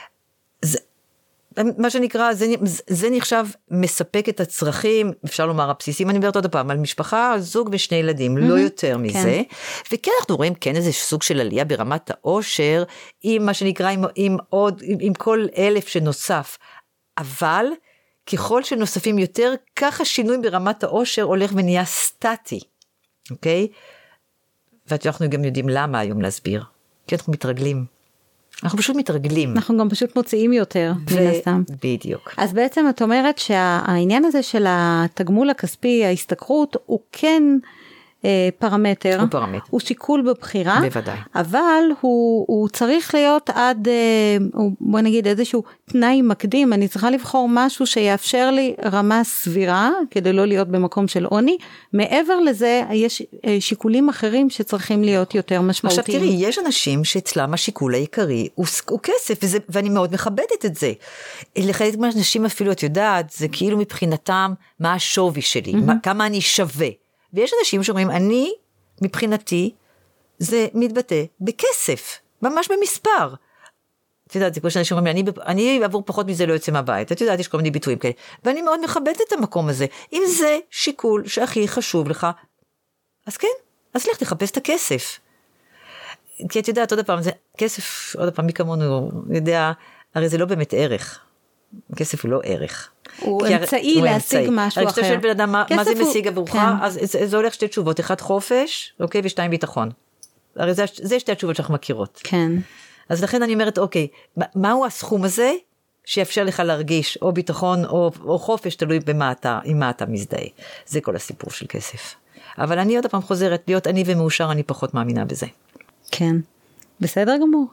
[SPEAKER 2] מה שנקרא, זה נחשב מספק את הצרכים, אפשר לומר הבסיסים, אני מדברת עוד פעם, על משפחה, זוג ושני ילדים, לא יותר מזה, וכן אנחנו רואים כן איזה סוג של עלייה ברמת העושר, עם מה שנקרא, עם כל 1,000 שנוסף, אבל ככל שנוספים יותר, ככה שינוי ברמת העושר הולך ונהיה סטטי, אוקיי? ואנחנו גם יודעים למה היום להסביר, כי אנחנו מתרגלים. אנחנו פשוט מתרגלים.
[SPEAKER 1] אנחנו גם פשוט מוציאים יותר, מן הסתם.
[SPEAKER 2] בדיוק.
[SPEAKER 1] אז בעצם את אומרת שהעניין הזה של התגמול הכספי, ההשתכרות, הוא כן פרמטר.
[SPEAKER 2] הוא פרמטר.
[SPEAKER 1] הוא שיקול בבחירה.
[SPEAKER 2] בוודאי.
[SPEAKER 1] אבל הוא צריך להיות עד, בוא נגיד איזשהו תנאי מקדים, אני צריכה לבחור משהו שיאפשר לי רמה סבירה, כדי לא להיות במקום של עוני. מעבר לזה, יש שיקולים אחרים שצריכים להיות יותר משמעותיים.
[SPEAKER 2] עכשיו תראי, יש אנשים שאצלם השיקול העיקרי הוא כסף, ואני מאוד מכבדת את זה. לחלק מהאנשים אפילו, את יודעת, זה כאילו מבחינתם, מה השווי שלי, כמה אני שווה. ויש אנשים שאומרים, אני, מבחינתי, זה מתבטא בכסף, ממש במספר. את יודעת, זה כמו שאנשים אומרים, אני עבור פחות מזה לא יוצא מהבית, את יודעת, יש כל מיני ביטויים כאלה, ואני מאוד מכבדת את המקום הזה. אם זה שיקול שהכי חשוב לך, אז כן, אז לך תחפש את הכסף. כי את יודעת, עוד פעם, זה כסף, עוד פעם, מי כמונו יודע, הרי זה לא באמת ערך. כסף הוא לא ערך.
[SPEAKER 1] הוא אמצעי להשיג משהו אחר.
[SPEAKER 2] כשאתה שואל בן אדם מה זה משיג עבורך, אז זה הולך שתי תשובות, אחד חופש, אוקיי, ושתיים ביטחון. הרי זה שתי התשובות שאנחנו מכירות.
[SPEAKER 1] כן.
[SPEAKER 2] אז לכן אני אומרת, אוקיי, מהו הסכום הזה שיאפשר לך להרגיש או ביטחון או חופש, תלוי עם מה אתה מזדהה. זה כל הסיפור של כסף. אבל אני עוד פעם חוזרת, להיות אני ומאושר, אני פחות מאמינה בזה.
[SPEAKER 1] כן, בסדר גמור.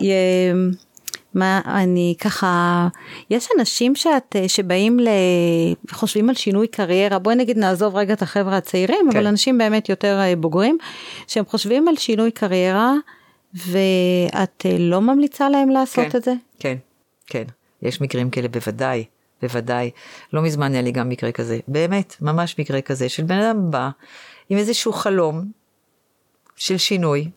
[SPEAKER 1] מה אני ככה, יש אנשים שבאים חושבים על שינוי קריירה, בואי נגיד נעזוב רגע את החבר'ה הצעירים, אבל אנשים באמת יותר בוגרים, שהם חושבים על שינוי קריירה, ואת לא ממליצה להם לעשות את זה?
[SPEAKER 2] כן, כן, יש מקרים כאלה בוודאי, בוודאי, לא מזמן היה לי גם מקרה כזה, באמת, ממש מקרה כזה, של בן אדם בא עם איזשהו חלום של שינוי,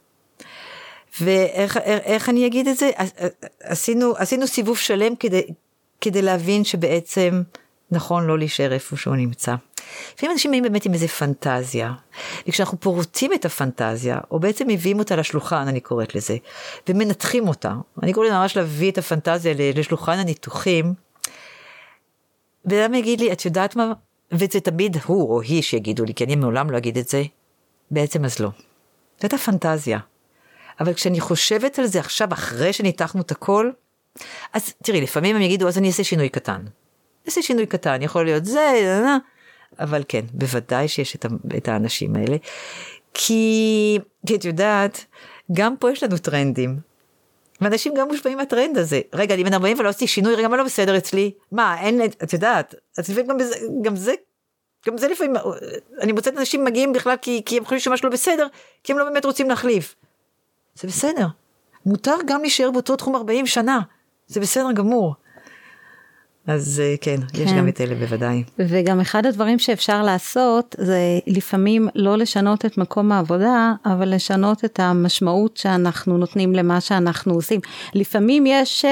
[SPEAKER 2] ואיך אני אגיד את זה? עשינו סיבוב שלם כדי להבין שבעצם נכון לא להישאר איפה שהוא נמצא. לפעמים אנשים באים באמת עם איזה פנטזיה, וכשאנחנו פורטים את הפנטזיה, או בעצם מביאים אותה לשולחן, אני קוראת לזה, ומנתחים אותה, אני קוראת ממש להביא את הפנטזיה לשולחן הניתוחים, ואדם יגיד לי, את יודעת מה? וזה תמיד הוא או היא שיגידו לי, כי אני מעולם לא אגיד את זה, בעצם אז לא. זאת הפנטזיה. אבל כשאני חושבת על זה עכשיו, אחרי שניתחנו את הכל, אז תראי, לפעמים הם יגידו, אז אני אעשה שינוי קטן. אעשה שינוי קטן, יכול להיות זה, אבל כן, בוודאי שיש את האנשים האלה, כי את יודעת, גם פה יש לנו טרנדים, ואנשים גם מושפעים מהטרנד הזה. רגע, אני בן 40 ולא עשיתי שינוי, רגע, מה לא בסדר אצלי? מה, אין, את יודעת, אז לפעמים גם זה לפעמים, אני מוצאת אנשים מגיעים בכלל, כי הם חושבים שמשהו לא בסדר, כי הם לא באמת רוצים להחליף. זה בסדר. מותר גם להישאר באותו תחום 40 שנה. זה בסדר גמור. אז כן, יש גם את אלה בוודאי.
[SPEAKER 1] וגם אחד הדברים שאפשר לעשות, זה לפעמים לא לשנות את מקום העבודה, אבל לשנות את המשמעות שאנחנו נותנים למה שאנחנו עושים. לפעמים יש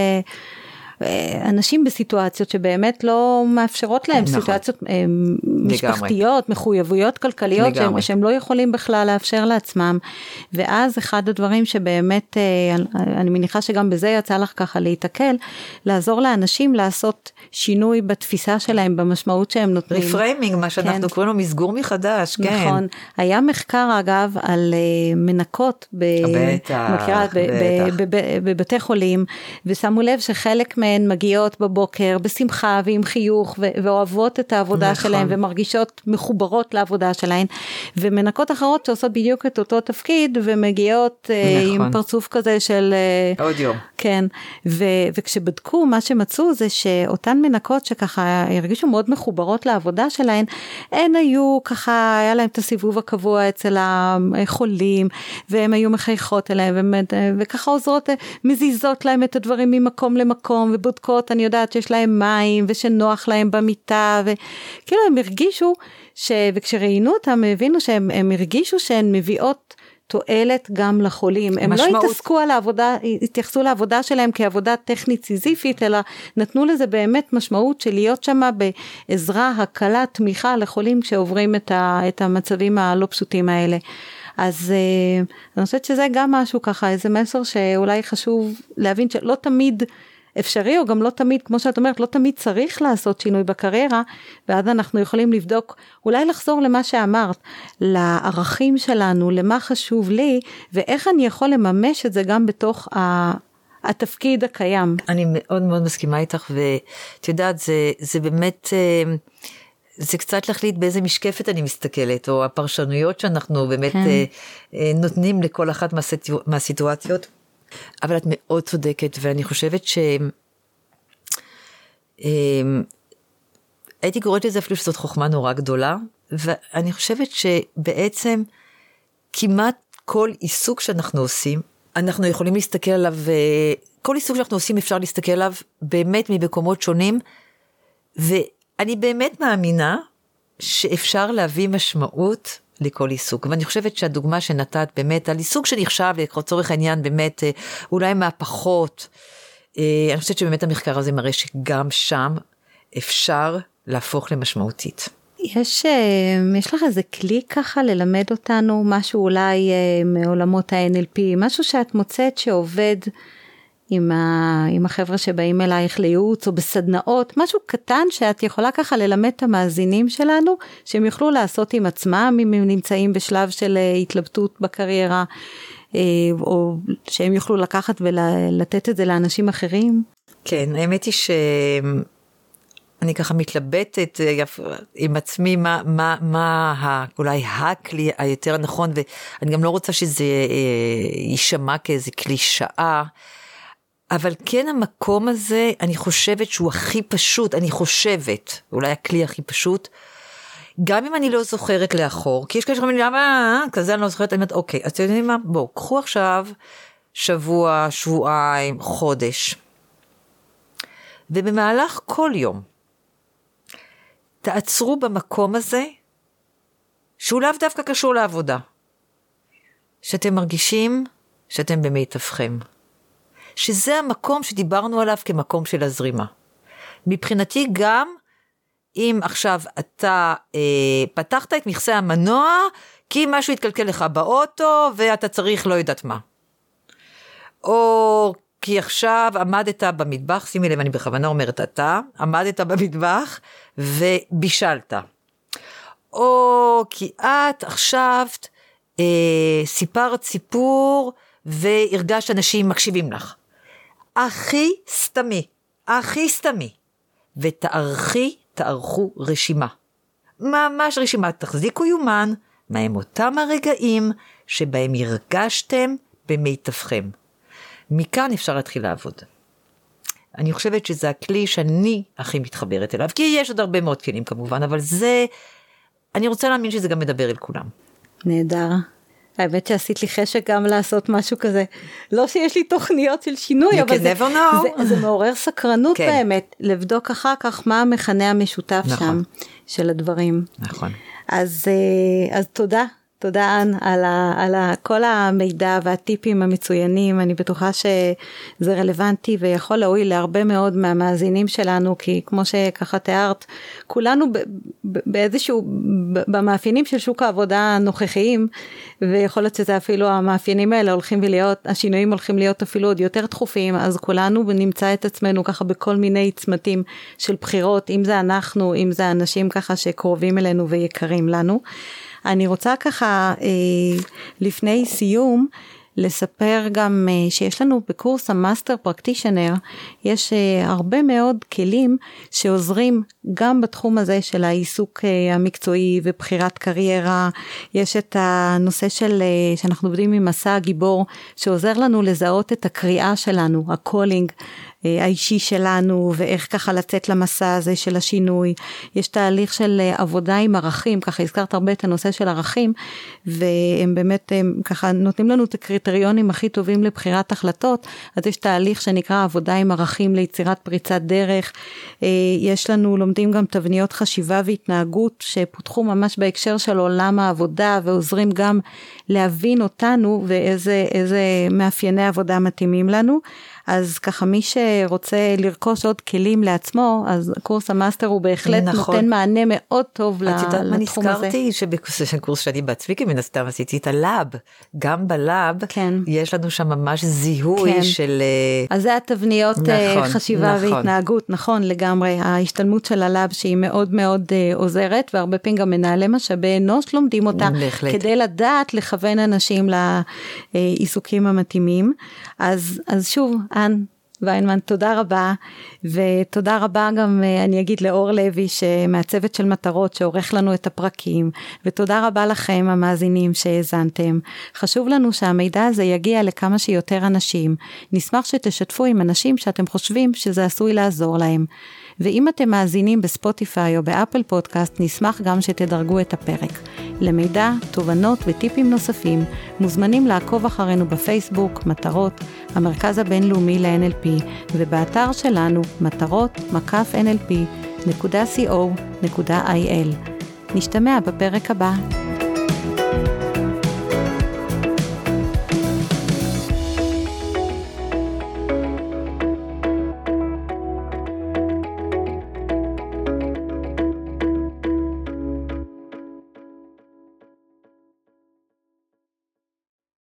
[SPEAKER 1] אנשים בסיטואציות שבאמת לא מאפשרות להם, נכון. סיטואציות משפחתיות, מחויבויות כלכליות, שהם לא יכולים בכלל לאפשר לעצמם, ואז אחד הדברים שבאמת, אני מניחה שגם בזה יצא לך ככה להתקל, לעזור לאנשים לעשות שינוי בתפיסה שלהם, במשמעות שהם נותנים.
[SPEAKER 2] רפריימינג, מה שאנחנו קוראים לו מסגור מחדש, כן.
[SPEAKER 1] נכון. היה מחקר אגב על מנקות, בבתי חולים, ושמו לב שחלק מהן מגיעות בבוקר בשמחה ועם חיוך, ואוהבות את העבודה שלהן, ומרגישות מחוברות לעבודה שלהן, ומנקות אחרות שעושות בדיוק את אותו תפקיד, ומגיעות עם פרצוף כזה של...
[SPEAKER 2] עוד יום.
[SPEAKER 1] כן, וכשבדקו מה שמצאו זה שאותן מנקות שככה הרגישו מאוד מחוברות לעבודה שלהן, הן היו ככה, היה להם את הסיבוב הקבוע אצל החולים, והם היו מחייכות אליהם, וככה עוזרות, מזיזות להם את הדברים ממקום למקום, ובודקות, אני יודעת שיש להם מים, ושנוח להם במיטה, וכאילו הם הרגישו, וכשראיינו אותם, הם הבינו שהם הרגישו שהן מביאות תועלת גם לחולים. הם לא התעסקו על העבודה, התייחסו לעבודה שלהם כעבודה טכנית סיזיפית, אלא נתנו לזה באמת משמעות של להיות שמה בעזרה, הקלה, תמיכה לחולים שעוברים את המצבים הלא פשוטים האלה. אז אני חושבת שזה גם משהו ככה, איזה מסר שאולי חשוב להבין שלא תמיד אפשרי, או גם לא תמיד, כמו שאת אומרת, לא תמיד צריך לעשות שינוי בקריירה, ואז אנחנו יכולים לבדוק, אולי לחזור למה שאמרת, לערכים שלנו, למה חשוב לי, ואיך אני יכול לממש את זה גם בתוך התפקיד הקיים.
[SPEAKER 2] אני מאוד מאוד מסכימה איתך, ואת יודעת, זה באמת, זה קצת להחליט באיזה משקפת אני מסתכלת, או הפרשנויות שאנחנו באמת נותנים לכל אחת מהסיטואציות, אבל את מאוד צודקת, ואני חושבת הייתי קוראת לזה אפילו שזאת חוכמה נורא גדולה, ואני חושבת שבעצם כמעט כל עיסוק שאנחנו עושים, אנחנו יכולים להסתכל עליו, כל עיסוק שאנחנו עושים אפשר להסתכל עליו באמת ממקומות שונים, ואני באמת מאמינה שאפשר להביא משמעות לכל עיסוק, ואני חושבת שהדוגמה שנתת באמת על עיסוק שנחשב לצורך העניין באמת אולי מהפחות, אני חושבת שבאמת המחקר הזה מראה שגם שם אפשר להפוך למשמעותית.
[SPEAKER 1] יש לך איזה כלי ככה ללמד אותנו משהו אולי מעולמות ה-NLP, משהו שאת מוצאת שעובד עם החבר'ה שבאים אלייך לייעוץ או בסדנאות, משהו קטן שאת יכולה ככה ללמד את המאזינים שלנו, שהם יוכלו לעשות עם עצמם, אם הם נמצאים בשלב של התלבטות בקריירה, או שהם יוכלו לקחת ולתת את זה לאנשים אחרים?
[SPEAKER 2] כן, האמת היא אני ככה מתלבטת עם עצמי מה אולי הכלי היותר נכון, ואני גם לא רוצה שזה יישמע כאיזה קלישאה, אבל כן המקום הזה, אני חושבת שהוא הכי פשוט, אולי הכלי הכי פשוט, גם אם אני לא זוכרת לאחור, כי יש כאלה שאומרים לי, כזה אני לא זוכרת, אני אומרת, אוקיי, אז אתם יודעים מה, בואו, קחו עכשיו שבוע, שבועיים, חודש, ובמהלך כל יום, תעצרו במקום הזה, שהוא לאו דווקא קשור לעבודה, שאתם מרגישים שאתם במיטבכם, שזה המקום שדיברנו עליו כמקום של הזרימה. מבחינתי גם, אם עכשיו אתה פתחת את מכסה המנוע, כי משהו התקלקל לך באוטו, ואתה צריך לא יודעת מה. או כי עכשיו עמדת במטבח, שימי לב, אני בכוונה אומרת אתה, עמדת במטבח ובישלת. או כי את עכשיו סיפרת סיפור והרגשת אנשים מקשיבים לך. הכי סתמי. תערכו רשימה. ממש רשימה, תחזיקו יומן, מהם אותם הרגעים שבהם הרגשתם במיטבכם. מכאן אפשר להתחיל לעבוד. אני חושבת שזה הכלי שאני הכי מתחברת אליו, כי יש עוד הרבה מאוד כלים כמובן, אבל אני רוצה להאמין שזה גם מדבר אל כולם.
[SPEAKER 1] נהדר. האמת שעשית לי חשק גם לעשות משהו כזה. לא שיש לי תוכניות של שינוי, אבל זה מעורר סקרנות באמת, לבדוק אחר כך מה המכנה המשותף שם של הדברים.
[SPEAKER 2] נכון.
[SPEAKER 1] אז תודה אן על כל המידע והטיפים המצוינים, אני בטוחה שזה רלוונטי ויכול להועיל להרבה מאוד מהמאזינים שלנו, כי כמו שככה תיארת, כולנו באיזשהו, במאפיינים של שוק העבודה הנוכחיים, ויכול להיות שזה אפילו המאפיינים האלה השינויים הולכים להיות אפילו עוד יותר דחופים, אז כולנו נמצא את עצמנו ככה בכל מיני צמתים של בחירות, אם זה אנחנו, אם זה אנשים ככה שקרובים אלינו ויקרים לנו. אני רוצה ככה לפני סיום לספר גם שיש לנו בקורס המאסטר פרקטישנר, יש הרבה מאוד כלים שעוזרים גם בתחום הזה של העיסוק המקצועי ובחירת קריירה. יש את הנושא שאנחנו עובדים עם מסע הגיבור, שעוזר לנו לזהות את הקריאה שלנו, הקולינג האישי שלנו, ואיך ככה לצאת למסע הזה של השינוי. יש תהליך של עבודה עם ערכים, ככה הזכרת הרבה את הנושא של ערכים, והם באמת ככה נותנים לנו את הקריטריונים הכי טובים לבחירת החלטות. אז יש תהליך שנקרא עבודה עם ערכים ליצירת פריצת דרך. יש לנו, לומדים גם תבניות חשיבה והתנהגות, שפותחו ממש בהקשר של עולם העבודה, ועוזרים גם להבין אותנו, ואיזה מאפייני עבודה מתאימים לנו. אז ככה מי שרוצה לרכוש עוד כלים לעצמו, אז קורס המאסטר הוא בהחלט נותן מענה מאוד טוב לתחום הזה.
[SPEAKER 2] את יודעת מה נזכרתי? שבקורס שאני בעצמי, כי מן הסתם עשיתי את הלאב, גם בלאב יש לנו שם ממש זיהוי של...
[SPEAKER 1] אז זה התבניות חשיבה והתנהגות, נכון לגמרי, ההשתלמות של הלאב שהיא מאוד מאוד עוזרת, והרבה פעמים גם מנהלי משאבי אנוש לומדים אותה, כדי לדעת לכוון אנשים לעיסוקים המתאימים. אז שוב, אן ויינמן, תודה רבה, ותודה רבה גם אני אגיד לאור לוי שמהצוות של מטרות שעורך לנו את הפרקים, ותודה רבה לכם המאזינים שהאזנתם. חשוב לנו שהמידע הזה יגיע לכמה שיותר אנשים, נשמח שתשתפו עם אנשים שאתם חושבים שזה עשוי לעזור להם. ואם אתם מאזינים בספוטיפיי או באפל פודקאסט, נשמח גם שתדרגו את הפרק. למידע, תובנות וטיפים נוספים, מוזמנים לעקוב אחרינו בפייסבוק, מטרות, המרכז הבינלאומי ל-NLP, ובאתר שלנו, mataroت.nlp.co.il. נשתמע בפרק הבא.